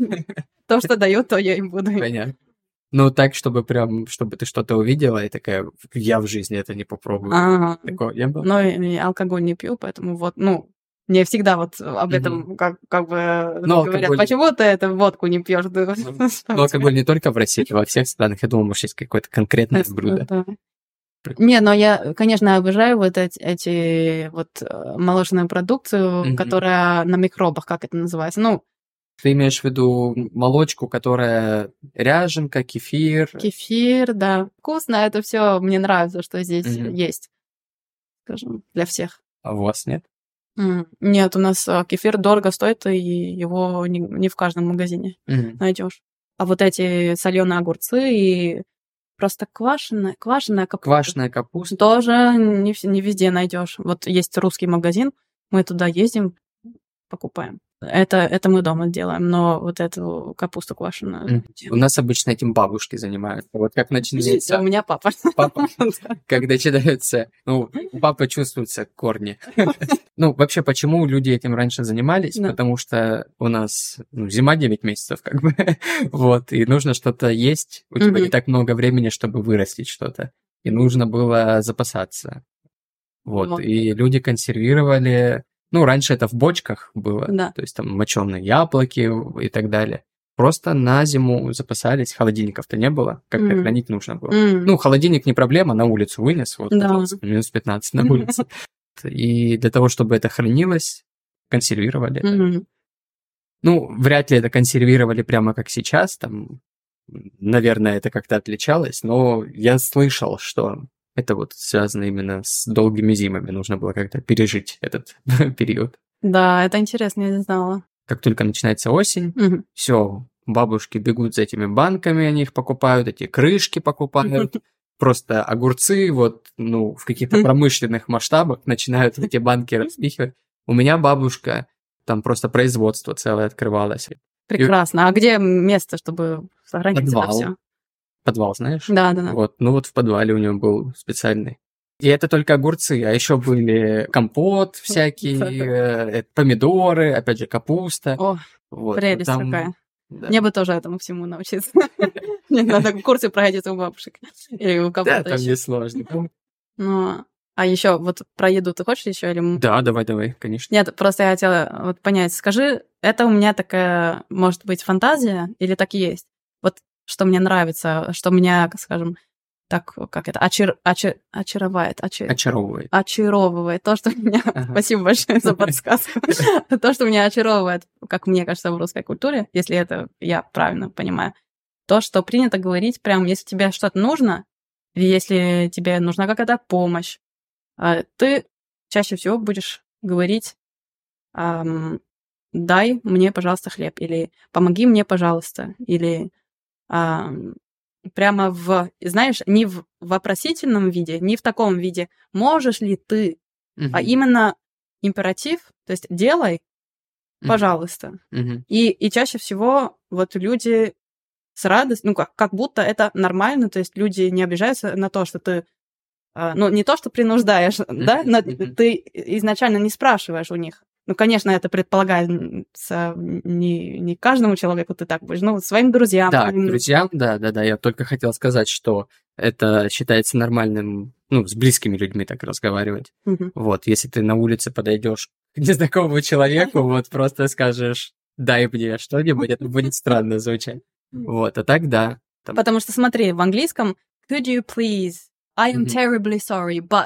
То, что дают, то я и буду. Понятно. Ну, так, чтобы прям, чтобы ты что-то увидела и такая, я в жизни это не попробую. Ага. Такого не было? Но и алкоголь не пью, поэтому вот, ну, мне всегда вот об этом как, как бы Ну, говорят, алкоголь- почему ты это водку не пьешь? Ну, алкоголь не только в России, во всех странах. Я думал, может, есть какое-то конкретное блюдо. Да. Не, но я, конечно, обожаю вот эти, эти вот э, молочную продукцию, Мгм. которая на микробах, как это называется? Ну, Ты имеешь в виду молочку, которая ряженка, кефир? кефир, да. Вкусно, это все мне нравится, что здесь Мгм. есть, скажем, для всех. А у вас нет? М, Нет, у нас а, кефир дорого стоит, и его не, не в каждом магазине Мгм. найдешь. А вот эти соленые огурцы и просто квашеная, квашеная капуста Квашеная капуста. тоже не, вс- не везде найдешь. Вот есть русский магазин, мы туда ездим, покупаем. Это, это мы дома делаем, но вот эту капусту квашеную Мгм. У нас обычно этим бабушки занимаются. Вот как у начинается меня папа. папа, как начинается, ну, у папы чувствуются корни. Ну, вообще, почему люди этим раньше занимались? Да. Потому что у нас ну, зима девять месяцев, как бы, вот, и нужно что-то есть, у тебя Мгм. не так много времени, чтобы вырастить что-то, и нужно было запасаться. Вот, Вот. и люди консервировали, ну, раньше это в бочках было, Да. то есть там моченые яблоки и так далее. Просто на зиму запасались, холодильников-то не было, как-то Мгм. хранить нужно было. М. Ну, холодильник не проблема, на улицу вынес, вот, Да. пожалуйста, минус пятнадцать на улице. И для того, чтобы это хранилось, консервировали это. Мгм. Ну, вряд ли это консервировали прямо как сейчас, там, наверное, это как-то отличалось, но я слышал, что это вот связано именно с долгими зимами, нужно было как-то пережить этот период. Да, это интересно, я не знала. Как только начинается осень, Мгм. все, бабушки бегут за этими банками, они их покупают, эти крышки покупают, просто огурцы вот, ну, в каких-то Мгм. промышленных масштабах начинают эти банки распихивать. У меня бабушка, там просто производство целое открывалось. Прекрасно. А где место, чтобы сохранить это Подвал. все? Подвал, знаешь? Да, да, да. Вот, ну вот в подвале у него был специальный. И это только огурцы, а еще были компот всякий, э, помидоры, опять же, капуста. О, Вот, прелесть там- какая. да. Мне бы тоже этому всему научиться. Мне надо курсы проходить у бабушек. Или у Да, кого-то там еще. не сложно. Ну, а еще вот про еду ты хочешь еще или м- Да, давай, давай, конечно. Нет, просто я хотела вот понять. Скажи, это у меня такая, может быть, фантазия или так и есть? Вот что мне нравится, что меня, как скажем, так, как это, очар- очар- очаровает, очар- Очаровывает. очаровывает. То, что меня... Ага. Спасибо большое за подсказку. То, что меня очаровывает, как мне кажется, в русской культуре, если это я правильно понимаю, то, что принято говорить прям, если тебе что-то нужно, или если тебе нужна какая-то помощь, а, ты чаще всего будешь говорить ам, «дай мне, пожалуйста, хлеб», или «помоги мне, пожалуйста», или ам, прямо в, знаешь, не в вопросительном виде, не в таком виде «можешь ли ты», Мгм. а именно императив, то есть «делай, Мгм. пожалуйста». Мгм. И, и чаще всего вот люди с радостью, ну как, как будто это нормально, то есть люди не обижаются на то, что ты, а, ну не то, что принуждаешь, да, но мгм. ты изначально не спрашиваешь у них. Ну, конечно, это предполагается не, не каждому человеку ты так будешь, ну, своим друзьям. Да, к своим- друзьям, да, да, да. Я только хотел сказать, что это считается нормальным, ну, с близкими людьми так разговаривать. Мгм. Вот, если ты на улице подойдешь к незнакомому человеку, вот просто скажешь, дай мне что-нибудь, это будет странно звучать. Вот, а так да. Там- Потому что, смотри, в английском could you please, I am Мгм. terribly sorry, but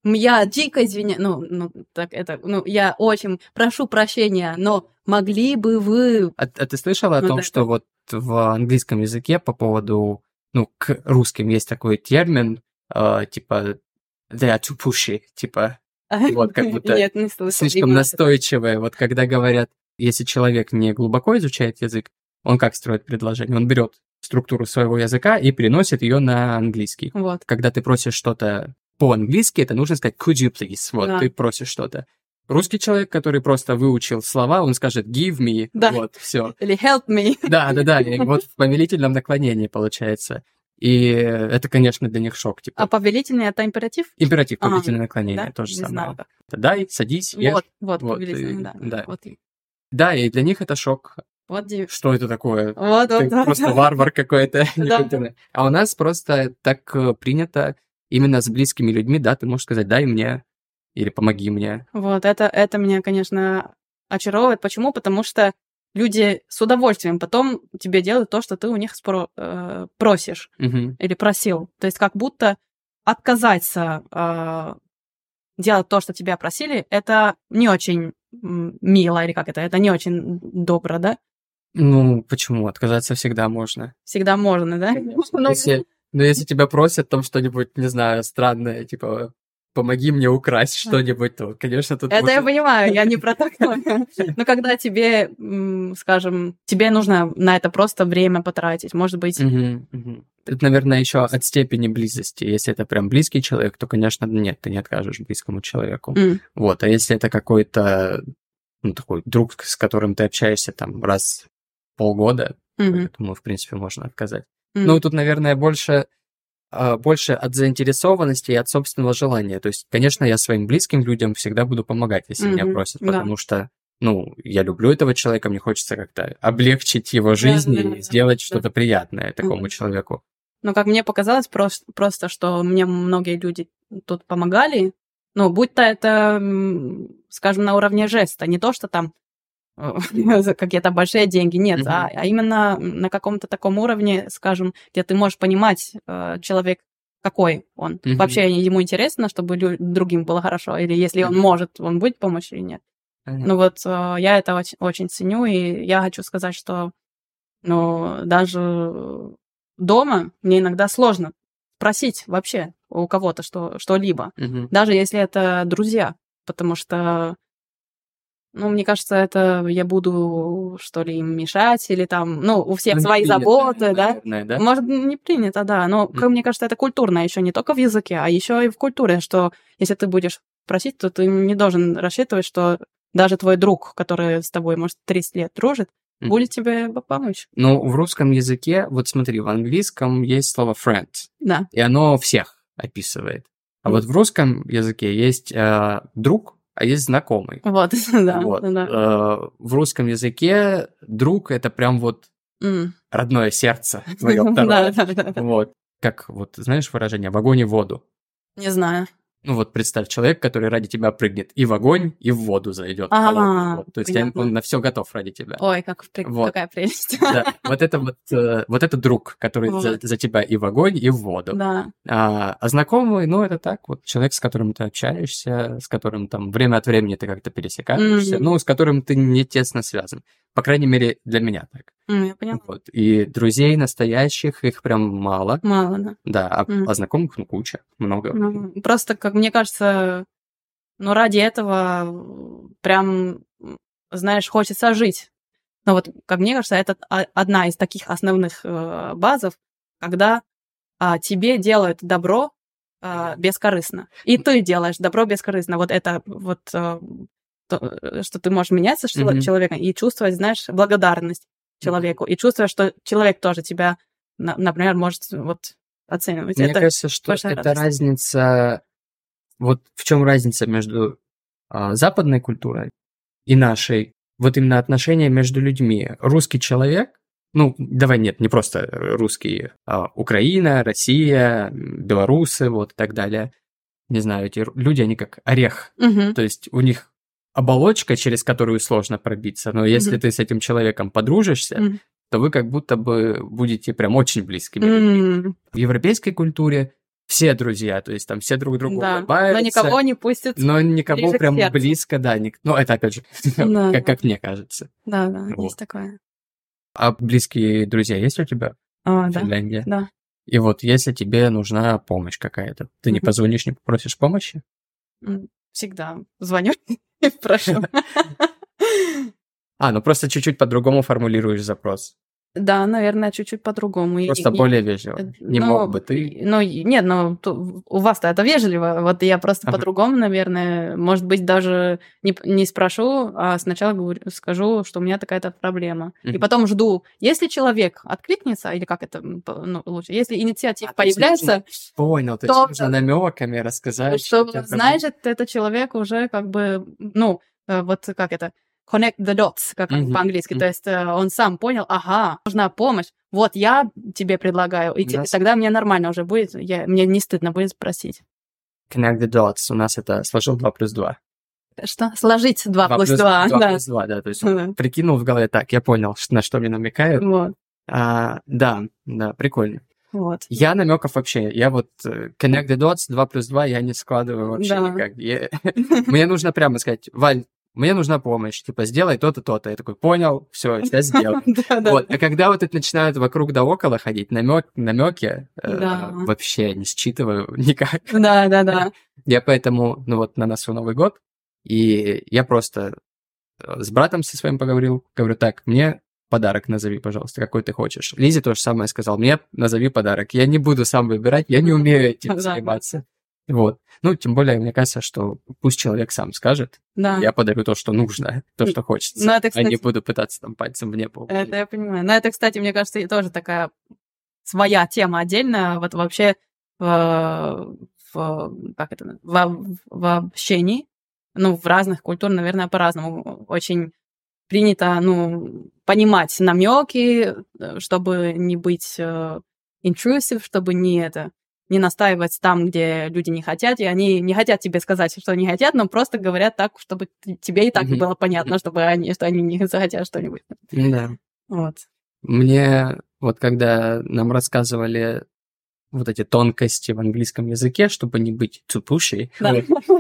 Я дико извиняюсь, ну, ну, так это, ну, я очень прошу прощения, но могли бы вы... А, а ты слышала о Вот том, это. что вот в английском языке по поводу, ну, к русским есть такой термин, э, типа they are too pushy, типа вот как будто Нет, не слышала. слишком именно настойчивые. Вот когда говорят, если человек не глубоко изучает язык, он как строит предложение? Он берет структуру своего языка и переносит ее на английский. это. Вот. Когда ты просишь что-то по-английски, это нужно сказать could you please. Вот, Да. ты просишь что-то. Русский человек, который просто выучил слова, он скажет give me, Да. вот, все. Или help me. Да, да, да, и вот в повелительном наклонении получается. И это, конечно, для них шок. Типа, А повелительный это императив? императив, Ага, повелительное наклонение, да? то же Не самое. знала. Дай, садись, ешь. Вот, вот, Вот, повелительный, и- да. да. Вот, Да, и для них это шок. вот, ди- Что это такое? вот, Ты вот, просто да. варвар какой-то. Да. некультурный. А у нас просто так э, принято именно с близкими людьми, да, ты можешь сказать «дай мне» или «помоги мне». Вот, это, это меня, конечно, очаровывает. Почему? Потому что люди с удовольствием потом тебе делают то, что ты у них спро- э, просишь Мгм. или просил. То есть как будто отказаться э, делать то, что тебя просили, это не очень м, мило, или как это, это не очень добро, да? Ну, почему? Отказаться всегда можно. Всегда можно, да? Ну, Если, ну, если тебя просят там что-нибудь, не знаю, странное, типа «помоги мне украсть что-нибудь», то, конечно, тут это я можно- понимаю, я не про такое. Но когда тебе, м, скажем, тебе нужно на это просто время потратить, может быть, Мгм, мгм. Тут, наверное, еще от степени близости. Если это прям близкий человек, то, конечно, нет, ты не откажешь близкому человеку. м, Вот, а если это какой-то, ну, такой друг, с которым ты общаешься там раз в полгода, мгм, я думаю, в принципе, можно отказать. м. Ну, тут, наверное, больше, а, больше от заинтересованности и от собственного желания. То есть, конечно, я своим близким людям всегда буду помогать, если меня Мгм, просят, да. потому что, ну, я люблю этого человека, мне хочется как-то облегчить его жизнь да, и да, сделать да. что-то приятное такому Мгм. человеку. Но как мне показалось прос- просто, что мне многие люди тут помогали, ну, будь то это, м, скажем, на уровне жеста, не то, что там э, за какие-то большие деньги, нет, а, Мгм. а именно на каком-то таком уровне, скажем, где ты можешь понимать э, человек, какой он. Мгм. Вообще ему интересно, чтобы лю- другим было хорошо, или если он Мгм. может, он будет помочь или нет. Понятно. Ну вот э, я это очень, очень ценю, и я хочу сказать, что ну, даже дома мне иногда сложно просить вообще у кого-то что, что-либо, Мгм. даже если это друзья, потому что, ну, мне кажется, это я буду, что ли, им мешать, или там, ну, у всех Ну, не свои принято, заботы, да? наверное, да? Может, не принято, да, но, как Мгм. мне кажется, это культурно еще не только в языке, а еще и в культуре, что если ты будешь просить, то ты не должен рассчитывать, что даже твой друг, который с тобой, может, тридцать лет дружит, Мгм. будет тебе помочь. Ну, в русском языке, вот смотри, в английском есть слово friend, Да. и оно всех описывает. А Мгм. вот в русском языке есть э, друг, а есть знакомый. Вот, да, Вот. да. Э, в русском языке друг — это прям вот М. родное сердце твое Да, второе. да, да, да. Вот. Как вот, знаешь выражение «в огонь и в воду»? Не знаю. Ну вот представь, человек, который ради тебя прыгнет и в огонь, и в воду зайдет. Ага, Вот. То есть он, понятно. он на все готов ради тебя. Ой, как при- Вот. какая прелесть. Да, вот это вот, э, вот это друг, который за, Вот. за тебя и в огонь, и в воду. Да. А, а знакомый, ну, это так, вот человек, с которым ты общаешься, с которым там время от времени ты как-то пересекаешься, Мгм. ну, с которым ты не тесно связан. По крайней мере, для меня так. М, Я поняла. Вот. И друзей настоящих, их прям мало. Мало, да. Да, а, Мгм. а знакомых, ну, куча, много. Ну, просто, как мне кажется, ну, ради этого э, прям, м, знаешь, хочется жить. Но вот, как мне кажется, это о- одна из таких основных э, базов, когда а, тебе делают добро а, бескорыстно. И ты делаешь добро бескорыстно. Вот это вот, э, то, э, что ты можешь меняться с чело- Мгм. человеком и чувствовать, знаешь, благодарность человеку. И чувствовать, что человек тоже тебя, на- например, может вот оценивать. Мне это кажется, что большая это радость. разница. Вот в чем разница между а, западной культурой и нашей? Вот именно отношения между людьми. Русский человек, ну, давай нет, не просто русский, а Украина, Россия, м, белорусы, вот и так далее. Не знаю, эти ру- люди, они как орех. Мгм. То есть у них оболочка, через которую сложно пробиться, но если Мгм. ты с этим человеком подружишься, Мгм. то вы как будто бы будете прям очень близкими людьми. М. В европейской культуре все друзья, то есть там все друг другу Да, улыбаются. но никого не пустят. Но никого ближе к прям сердцу. близко, да. ник- Ну, это опять же, Да. как, как мне кажется. Да, да, Вот. есть такое. А близкие друзья есть у тебя А, в да, Финляндии? да. И вот если тебе нужна помощь какая-то, ты не Мгм. позвонишь, не попросишь помощи? М, Всегда звоню и прошу. А, ну просто чуть-чуть по-другому формулируешь запрос. Да, наверное, чуть-чуть по-другому. И- Просто и- более вежливо. э, Не ну, мог бы ты... и- Ну, и- нет, ну, то- у вас-то это вежливо. Вот я просто Ага. по-другому, наверное, может быть, даже не, п- не спрошу, а сначала говорю, скажу, что у меня такая-то проблема. И Мгм. потом жду. Если человек откликнется, или как это м, по- ну, лучше, если инициатива А, то есть появляется, Понял, то то- есть нужно намеками рассказать, что, у тебя знаешь, это, это человек уже как бы, ну, э, вот как это, connect the dots, как Мгм, по-английски. мгм. То есть э, он сам понял, ага, нужна помощь, вот я тебе предлагаю, и те- Нас- тогда мне нормально уже будет, я, мне не стыдно будет спросить. Connect the dots. У нас это сложил два плюс два. Что? Сложить два плюс плюс два, два да. плюс два, да. То есть Да. он прикинул в голове, так, я понял, ш- на что мне намекают. Вот, А, да, да, прикольно. вот. Я намеков вообще, я вот э, connect the dots, два плюс два я не складываю вообще Да. никак. Я- Мне нужно прямо сказать, Валь, мне нужна помощь, типа, сделай то-то, то-то. Я такой, понял, все, сейчас сделаю. Да, да. Вот. А когда вот это начинают вокруг да около ходить, намек, намеки, Да. вообще не считываю никак. Да, да, да. Я поэтому, ну вот на носу Новый год, и я просто э, с братом со своим поговорил, говорю, так, мне подарок назови, пожалуйста, какой ты хочешь. Лизе то же самое сказал, мне назови подарок. Я не буду сам выбирать, я не умею этим Да. заниматься. Вот. Ну, тем более, мне кажется, что пусть человек сам скажет, Да. я подарю то, что нужно, то, что хочется, Ну, это, а не кстати, буду пытаться там пальцем в небо. это я понимаю. Но это, кстати, мне кажется, и тоже такая своя тема отдельная. Вот вообще в, в- как это, в, в общении, ну, в разных культурах, наверное, по-разному. Очень принято, ну, понимать намеки, чтобы не быть э, intrusive, чтобы не это не настаивать там, где люди не хотят, и они не хотят тебе сказать, что они хотят, но просто говорят так, чтобы т- тебе и так Мгм. было понятно, чтобы они, что они не захотят что-нибудь. Да. Вот. Мне вот когда нам рассказывали вот эти тонкости в английском языке, чтобы не быть too pushy, Да.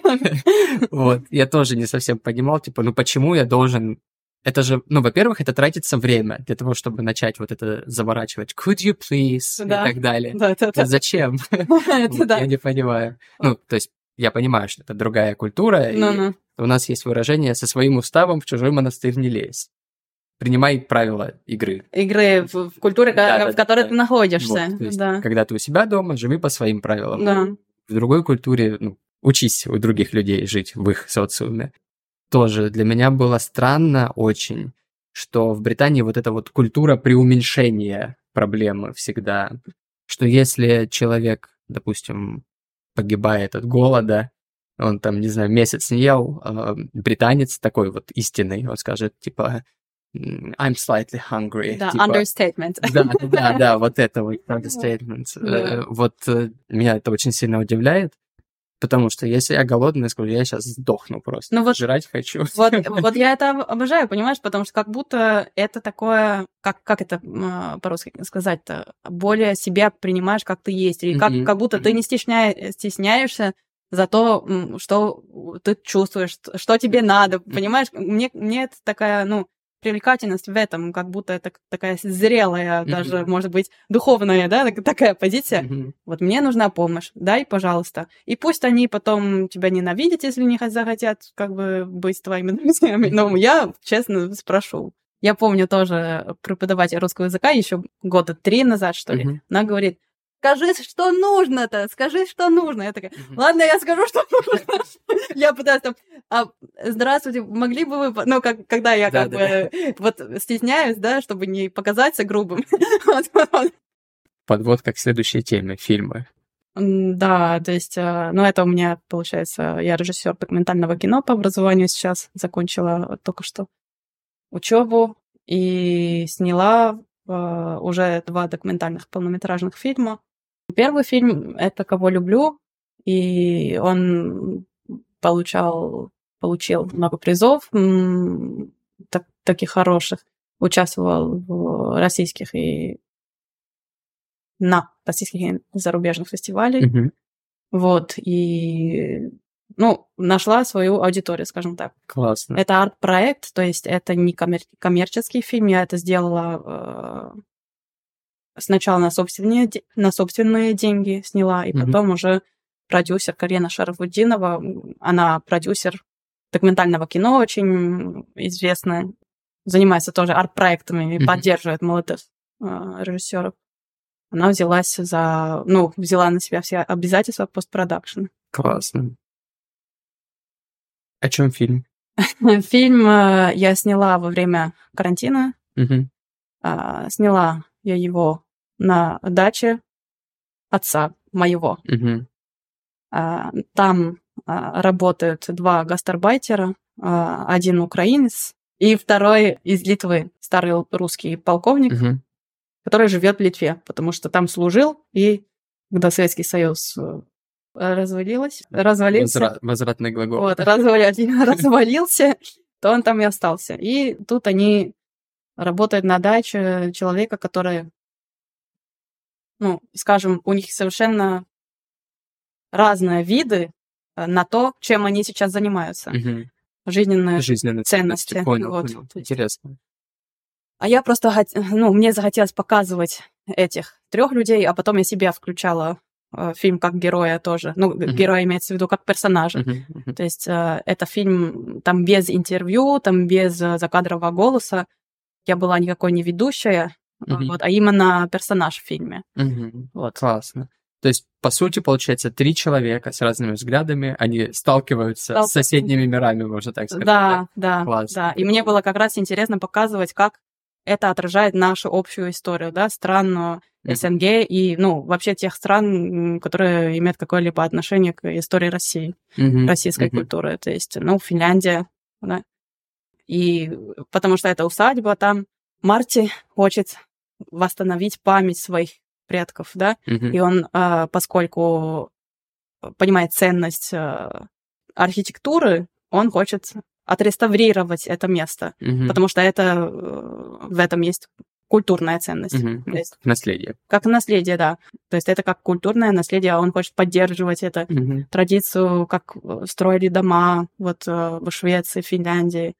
вот, я тоже не совсем понимал, типа, ну почему я должен... Это же, ну, во-первых, это тратится время для того, чтобы начать вот это заворачивать could you please Да. и так далее. Да, это, это, Зачем? это Вот, да. Я не понимаю. Ну, то есть я понимаю, что это другая культура, и Ну-ну. у нас есть выражение «со своим уставом в чужой монастырь не лезь». Принимай правила игры. Игры в, в культуре, Да, ко- да, в которой да. ты находишься. Вот, то есть, Да. когда ты у себя дома, живи по своим правилам. Да. В другой культуре, ну, учись у других людей жить в их социуме. Тоже для меня было странно очень, что в Британии вот эта вот культура преуменьшения проблемы всегда, что если человек, допустим, погибает от голода, он там, не знаю, месяц не ел, а британец такой вот истинный, он скажет, типа, м, I'm slightly hungry. Да, типа, understatement. да, да, да, да, вот это вот understatement. Да. Э, Вот э, меня это очень сильно удивляет, потому что если я голодный, я скажу, я сейчас сдохну просто, Ну вот- жрать хочу. Вот, вот я это об- обожаю, понимаешь, потому что как будто это такое, как, как это м, по-русски сказать-то, более себя принимаешь, как ты есть, или как, Мгм, как будто ты мгм. не стесняя- стесняешься за то, м, что ты чувствуешь, что тебе надо, понимаешь? Мне, мне это такая, ну, привлекательность в этом, как будто это такая зрелая, даже, Мгм. может быть, духовная, да, так- такая позиция. Мгм. Вот мне нужна помощь, дай, пожалуйста. И пусть они потом тебя ненавидят, если не хот- захотят как бы быть твоими друзьями. Но я, честно, спрошу. Я помню тоже преподаватель русского языка еще года три назад, что ли. Мгм. Она говорит, скажи, что нужно-то, скажи, что нужно. Я такая, Мгм. ладно, я скажу, что нужно. Я пытаюсь там, а, здравствуйте, могли бы вы, по-» ну, как, когда я как Да, бы вот стесняюсь, да, чтобы не показаться грубым. Вот, вот, вот. Подводка к следующей теме, фильмы. М, Да, то есть, э, ну, это у меня, получается, я режиссер документального кино по образованию сейчас, закончила только что учебу и сняла э, уже два документальных полнометражных фильма. Первый фильм — это «Кого люблю», и он получал, получил много призов, м, так- таких хороших, участвовал в российских и на российских и зарубежных фестивалях. Мгм. Вот, и, ну, нашла свою аудиторию, скажем так. Классно. Это арт-проект, то есть это не коммер- коммерческий фильм, я это сделала э, сначала на собственные, де- на собственные деньги сняла, и Мгм. потом уже продюсер Карена Шарафутдинова, м, она продюсер документального кино, очень известная, занимается тоже арт-проектами и Мгм. поддерживает молодых э, режиссеров. Она взялась за, ну, взяла на себя все обязательства постпродакшн. Классно. О чем фильм? Фильм э, я сняла во время карантина. Мгм. А, Сняла я его на даче отца моего. Мгм. А, Там а, работают два гастарбайтера, а, один украинец и второй из Литвы, старый русский полковник, Мгм. который живет в Литве, потому что там служил, и когда Советский Союз э, развалилось, развалился, Возра- Возвратный глагол. вот, развали- развалился, то он там и остался. И тут они работают на даче человека, который, ну, скажем, у них совершенно разные виды э, на то, чем они сейчас занимаются. Мгм. Жизненные Жизненные ценности. ценности. Понял, Вот. понял. То есть- Интересно. А я просто, хот- ну, мне захотелось показывать этих трех людей, а потом я себя включала э, в фильм как героя тоже. Ну, г- Мгм. героя имеется в виду как персонажа. Мгм. Мгм. То есть э, это фильм там без интервью, там без э, закадрового голоса. Я была никакой не ведущая, э, Мгм. вот, а именно персонаж в фильме. Мгм. Вот. Классно. То есть, по сути, получается, три человека с разными взглядами, они сталкиваются с Сталкиваются. соседними мирами, можно так сказать. Да, да, Классно. да. И мне было как раз интересно показывать, как это отражает нашу общую историю, да, стран э, Мгм. СНГ и, ну, вообще тех стран, м, которые имеют какое-либо отношение к истории России, Мгм. российской Мгм. культуры. То есть, ну, Финляндия, да. И потому что это усадьба там. Марти хочет восстановить память своих предков, да, Мгм. и он, а, поскольку понимает ценность а, архитектуры, он хочет отреставрировать это место, Мгм. потому что это э, в этом есть культурная ценность. Мгм. То есть Наследие. как наследие, да. То есть это как культурное наследие, а он хочет поддерживать это Мгм. традицию, как э, строили дома вот э, в Швеции, Финляндии.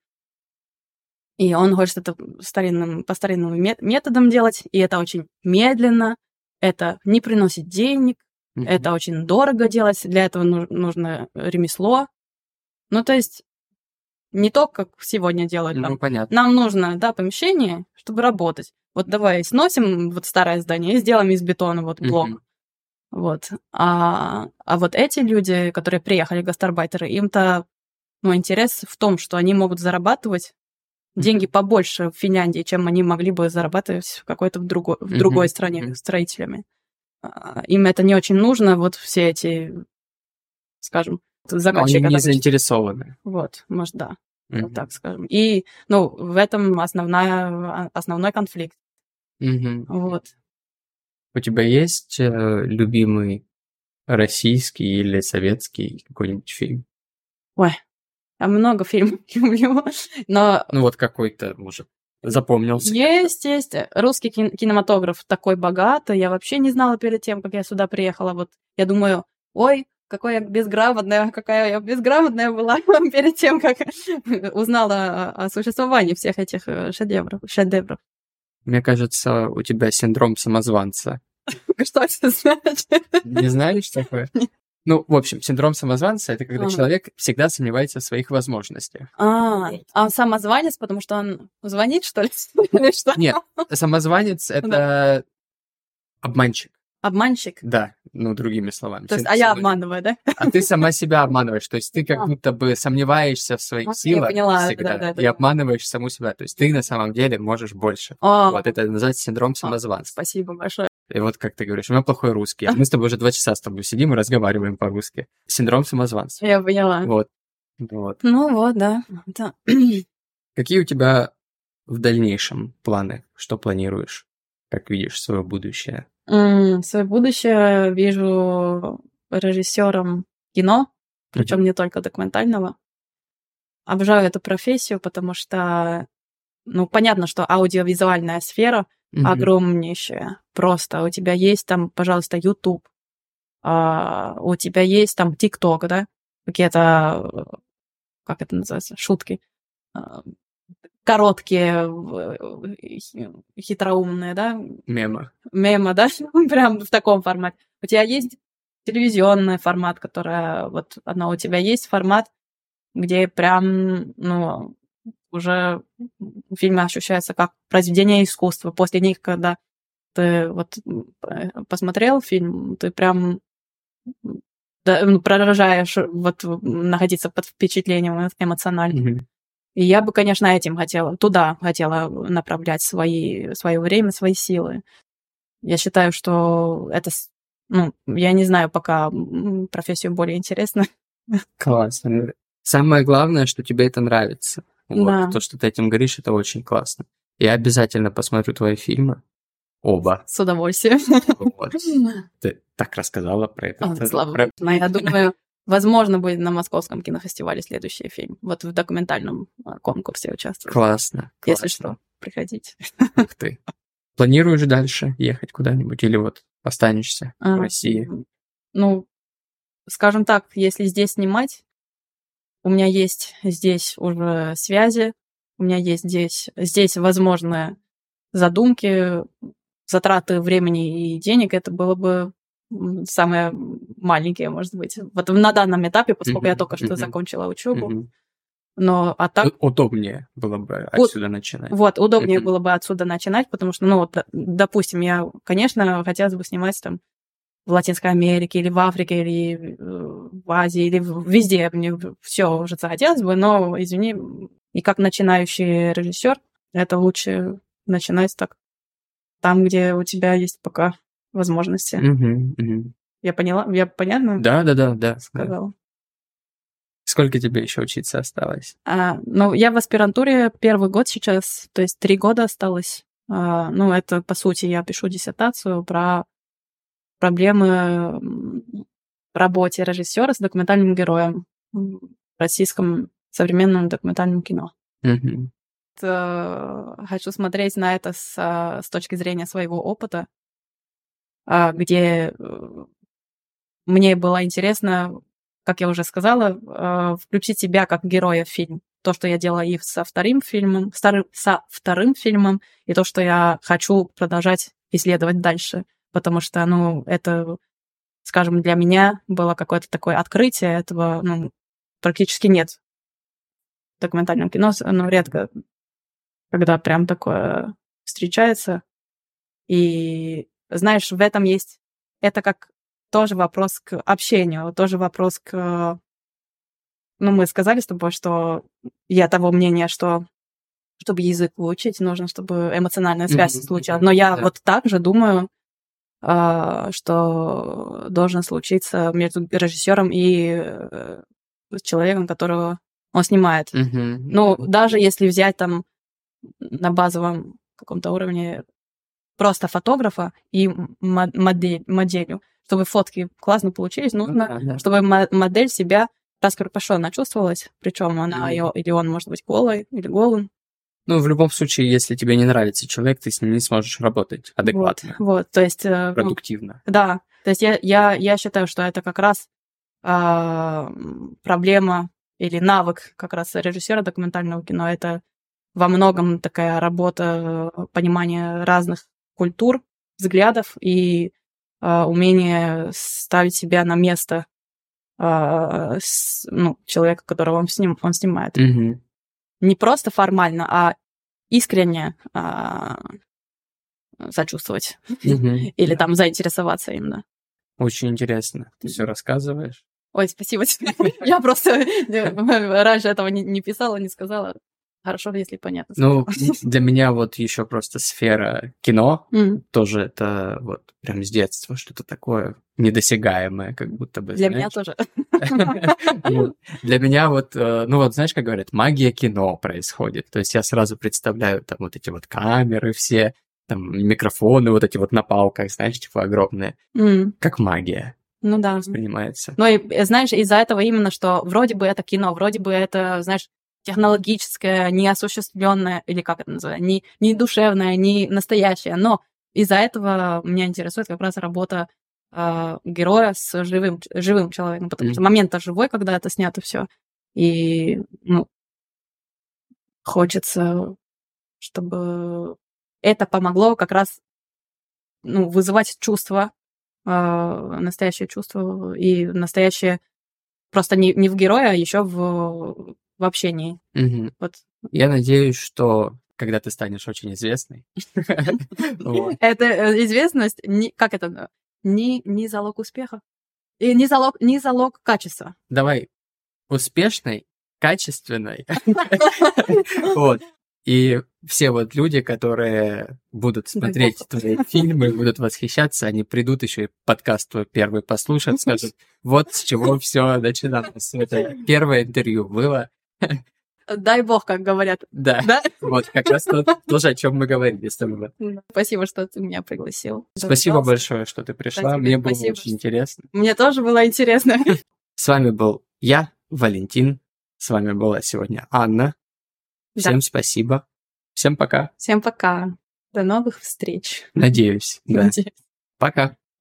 И он хочет это старинным, по старинным мет- методам делать, и это очень медленно, это не приносит денег, Мгм. это очень дорого делать, для этого ну- нужно ремесло. Ну, то есть не то, как сегодня делают Ну, там. понятно. Нам нужно, да, помещение, чтобы работать. Вот давай сносим вот старое здание и сделаем из бетона вот блок. Мгм. Вот. А, а вот эти люди, которые приехали, гастарбайтеры, им-то, ну, интерес в том, что они могут зарабатывать деньги побольше в Финляндии, чем они могли бы зарабатывать в какой-то в другой, в Мгм. другой стране Мгм. строителями. А, Им это не очень нужно, вот все эти, скажем, Ну, заказчики. они не которые- заинтересованы. Вот, может, да, вот Мгм. так скажем. И, ну, в этом основная, основной конфликт. Мгм. Вот. У тебя есть э, любимый российский или советский какой-нибудь фильм? Ой, я много фильмов люблю, но Ну, вот какой-то, может, запомнился. есть, есть. Русский кин- кинематограф такой богатый. Я вообще не знала перед тем, как я сюда приехала. Вот я думаю, ой, какая я безграмотная, какая я безграмотная была перед тем, как узнала о, о существовании всех этих э, шедевров. шедевров. Мне кажется, у тебя синдром самозванца. Что это значит? Не знаешь такое? Ну, в общем, синдром самозванца — это когда Ага. человек всегда сомневается в своих возможностях. А, а он самозванец, потому что он звонит, что ли? Или что? Нет, самозванец — это обманщик. Обманщик. Да, ну, другими словами. То есть, Син- а я син- обманываю, да? А ты сама себя обманываешь. То есть ты как А. будто бы сомневаешься в своих А, я силах поняла, всегда да-да-да. и обманываешь саму себя. То есть ты на самом деле можешь больше. О, Вот это называется синдром самозванца. спасибо большое. И вот как ты говоришь, у меня плохой русский. А мы с тобой уже два часа с тобой сидим и разговариваем по-русски. Синдром самозванца. Я поняла. Вот. Вот. Ну вот, да. Это- Какие у тебя в дальнейшем планы? Что планируешь? Как видишь свое будущее? М, Свое будущее вижу режиссером кино, причем Мгм. не только документального. Обожаю эту профессию, потому что, ну, понятно, что аудиовизуальная сфера Мгм. огромнейшая. Просто у тебя есть там, пожалуйста, YouTube, а, у тебя есть там ТикТок, да, какие-то, как это называется, шутки, а, короткие, хитроумные, да? Мемы. Мемы, да? Прям в таком формате. У тебя есть телевизионный формат, который вот одно у тебя есть формат, где прям, ну, уже фильмы ощущаются как произведение искусства. После них, когда ты вот посмотрел фильм, ты прям да, ну, продолжаешь вот находиться под впечатлением эмоциональным. Мгм. И я бы, конечно, этим хотела, туда хотела направлять свои, свое время, свои силы. Я считаю, что это, с- ну, я не знаю пока м, профессию более интересно. Классно. Самое главное, что тебе это нравится. Вот. Да. То, что ты этим говоришь, это очень классно. Я обязательно посмотрю твои фильмы. Оба. С удовольствием. Вот. Ты так рассказала про это. А, Слава Про- богу. Но я думаю, возможно, будет на Московском кинофестивале следующий фильм. Вот в документальном а, конкурсе участвую. Классно. Если классно. что, приходите. Ух ты. Планируешь дальше ехать куда-нибудь или вот останешься в А, России? Ну, скажем так, если здесь снимать, у меня есть здесь уже связи, у меня есть здесь, здесь возможные задумки, затраты времени и денег, это было бы м, самое маленькое, может быть. Вот на данном этапе, поскольку я Мгм, только что мгм, закончила учебу. мгм. Но а так, У- Удобнее было бы Вот- отсюда начинать. вот, удобнее Мгм. было бы отсюда начинать, потому что, ну, вот, д- допустим, я, конечно, хотелось бы снимать там в Латинской Америке или в Африке, или э, в Азии, или в- везде. Мне все уже захотелось бы, но, извини, и как начинающий режиссер, это лучше начинать так там, где у тебя есть пока возможности. Мгм, мгм. Я поняла? Я понятно Да, да, да, да, да. сказала? Сколько тебе еще учиться осталось? А, ну, я в аспирантуре первый год сейчас, то есть три года осталось. А, ну, это, по сути, я пишу диссертацию про проблемы м, в работе режиссера с документальным героем м, в российском современном документальном кино. Мгм. Э, Хочу смотреть на это с, а, с точки зрения своего опыта, а, где э, мне было интересно, как я уже сказала, э, включить себя как героя в фильм. То, что я делала и со вторым фильмом, старым, со вторым фильмом, и то, что я хочу продолжать исследовать дальше. Потому что, ну, это, скажем, для меня было какое-то такое открытие. Этого, ну, практически нет в документальном кино. Ну, редко, когда прям такое встречается. И, знаешь, в этом есть... Это как тоже вопрос к общению, тоже вопрос к... Ну, мы сказали с тобой, что я того мнения, что чтобы язык выучить, нужно, чтобы эмоциональная связь Мгм, случалась. мгм, Но я да. вот так же думаю, а, что должен случиться между режиссером и э, человеком, которого он снимает. Мгм. Ну, даже если взять там на базовом каком-то уровне просто фотографа и м- модель, моделью, чтобы фотки классно получились, Ну нужно, да, да. чтобы мо- модель себя раскрепощенно чувствовалась, причем она Мгм. ее, или он может быть голой, или голым. Ну, в любом случае, если тебе не нравится человек, ты с ним не сможешь работать Вот, адекватно, вот, то есть, э, ну, продуктивно. да, то есть я, я, я считаю, что это как раз а, м, проблема или навык как раз режиссера документального кино. Это во многом такая работа э, понимания разных культур, взглядов и а, умение ставить себя на место а, с- ну, человека, которого он, сним, он снимает. Мгм. Не просто формально, а искренне а, сочувствовать Мгм. или Да. там заинтересоваться им, да. Очень интересно. Ты все рассказываешь. Ой, спасибо тебе. Я просто э, раньше этого не, не писала, не сказала. Хорошо, если понятно. Ну, для меня вот еще просто сфера кино М. тоже это вот прям с детства что-то такое недосягаемое, как будто бы, Для меня знаешь. тоже. Вот. Для меня вот, э, ну вот знаешь, как говорят, магия кино происходит. То есть я сразу представляю там вот эти вот камеры все, там микрофоны вот эти вот на палках, знаешь, типа огромные, М. как магия Ну да. воспринимается. Ну и, э, знаешь, из-за этого именно, что вроде бы это кино, вроде бы это, знаешь, технологическое, неосуществленное, или как это называется, не, не душевное, не настоящее, но из-за этого меня интересует как раз работа э, героя с живым, живым человеком, потому Мгм. что момент-то живой, когда это снято все. И, ну, хочется, чтобы это помогло как раз, ну, вызывать чувства, э, настоящее чувство и настоящее просто не, не в герое, а еще в, в общении. Мгм. Вот. Я надеюсь, что когда ты станешь очень известной, вот, Это э, известность, не, как это, да, не, не залог успеха, и не залог, не залог качества. давай успешной, качественной, вот, и все вот люди, которые будут смотреть бог. твои фильмы, будут восхищаться, они придут еще и подкаст твой первый послушать, скажут, вот с чего все начиналось. Это первое интервью было. Дай бог, как говорят. Да, Да? вот как раз то, тоже, о чем мы говорили с тобой. Спасибо, что ты меня пригласил. Спасибо Пожалуйста. большое, что ты пришла. тебе Мне было спасибо, очень что- интересно. Мне тоже было интересно. С вами был я, Валентин. С вами была сегодня Анна. Да. Всем спасибо. Всем пока. Всем пока. До новых встреч. Надеюсь. Да. Надеюсь. Пока.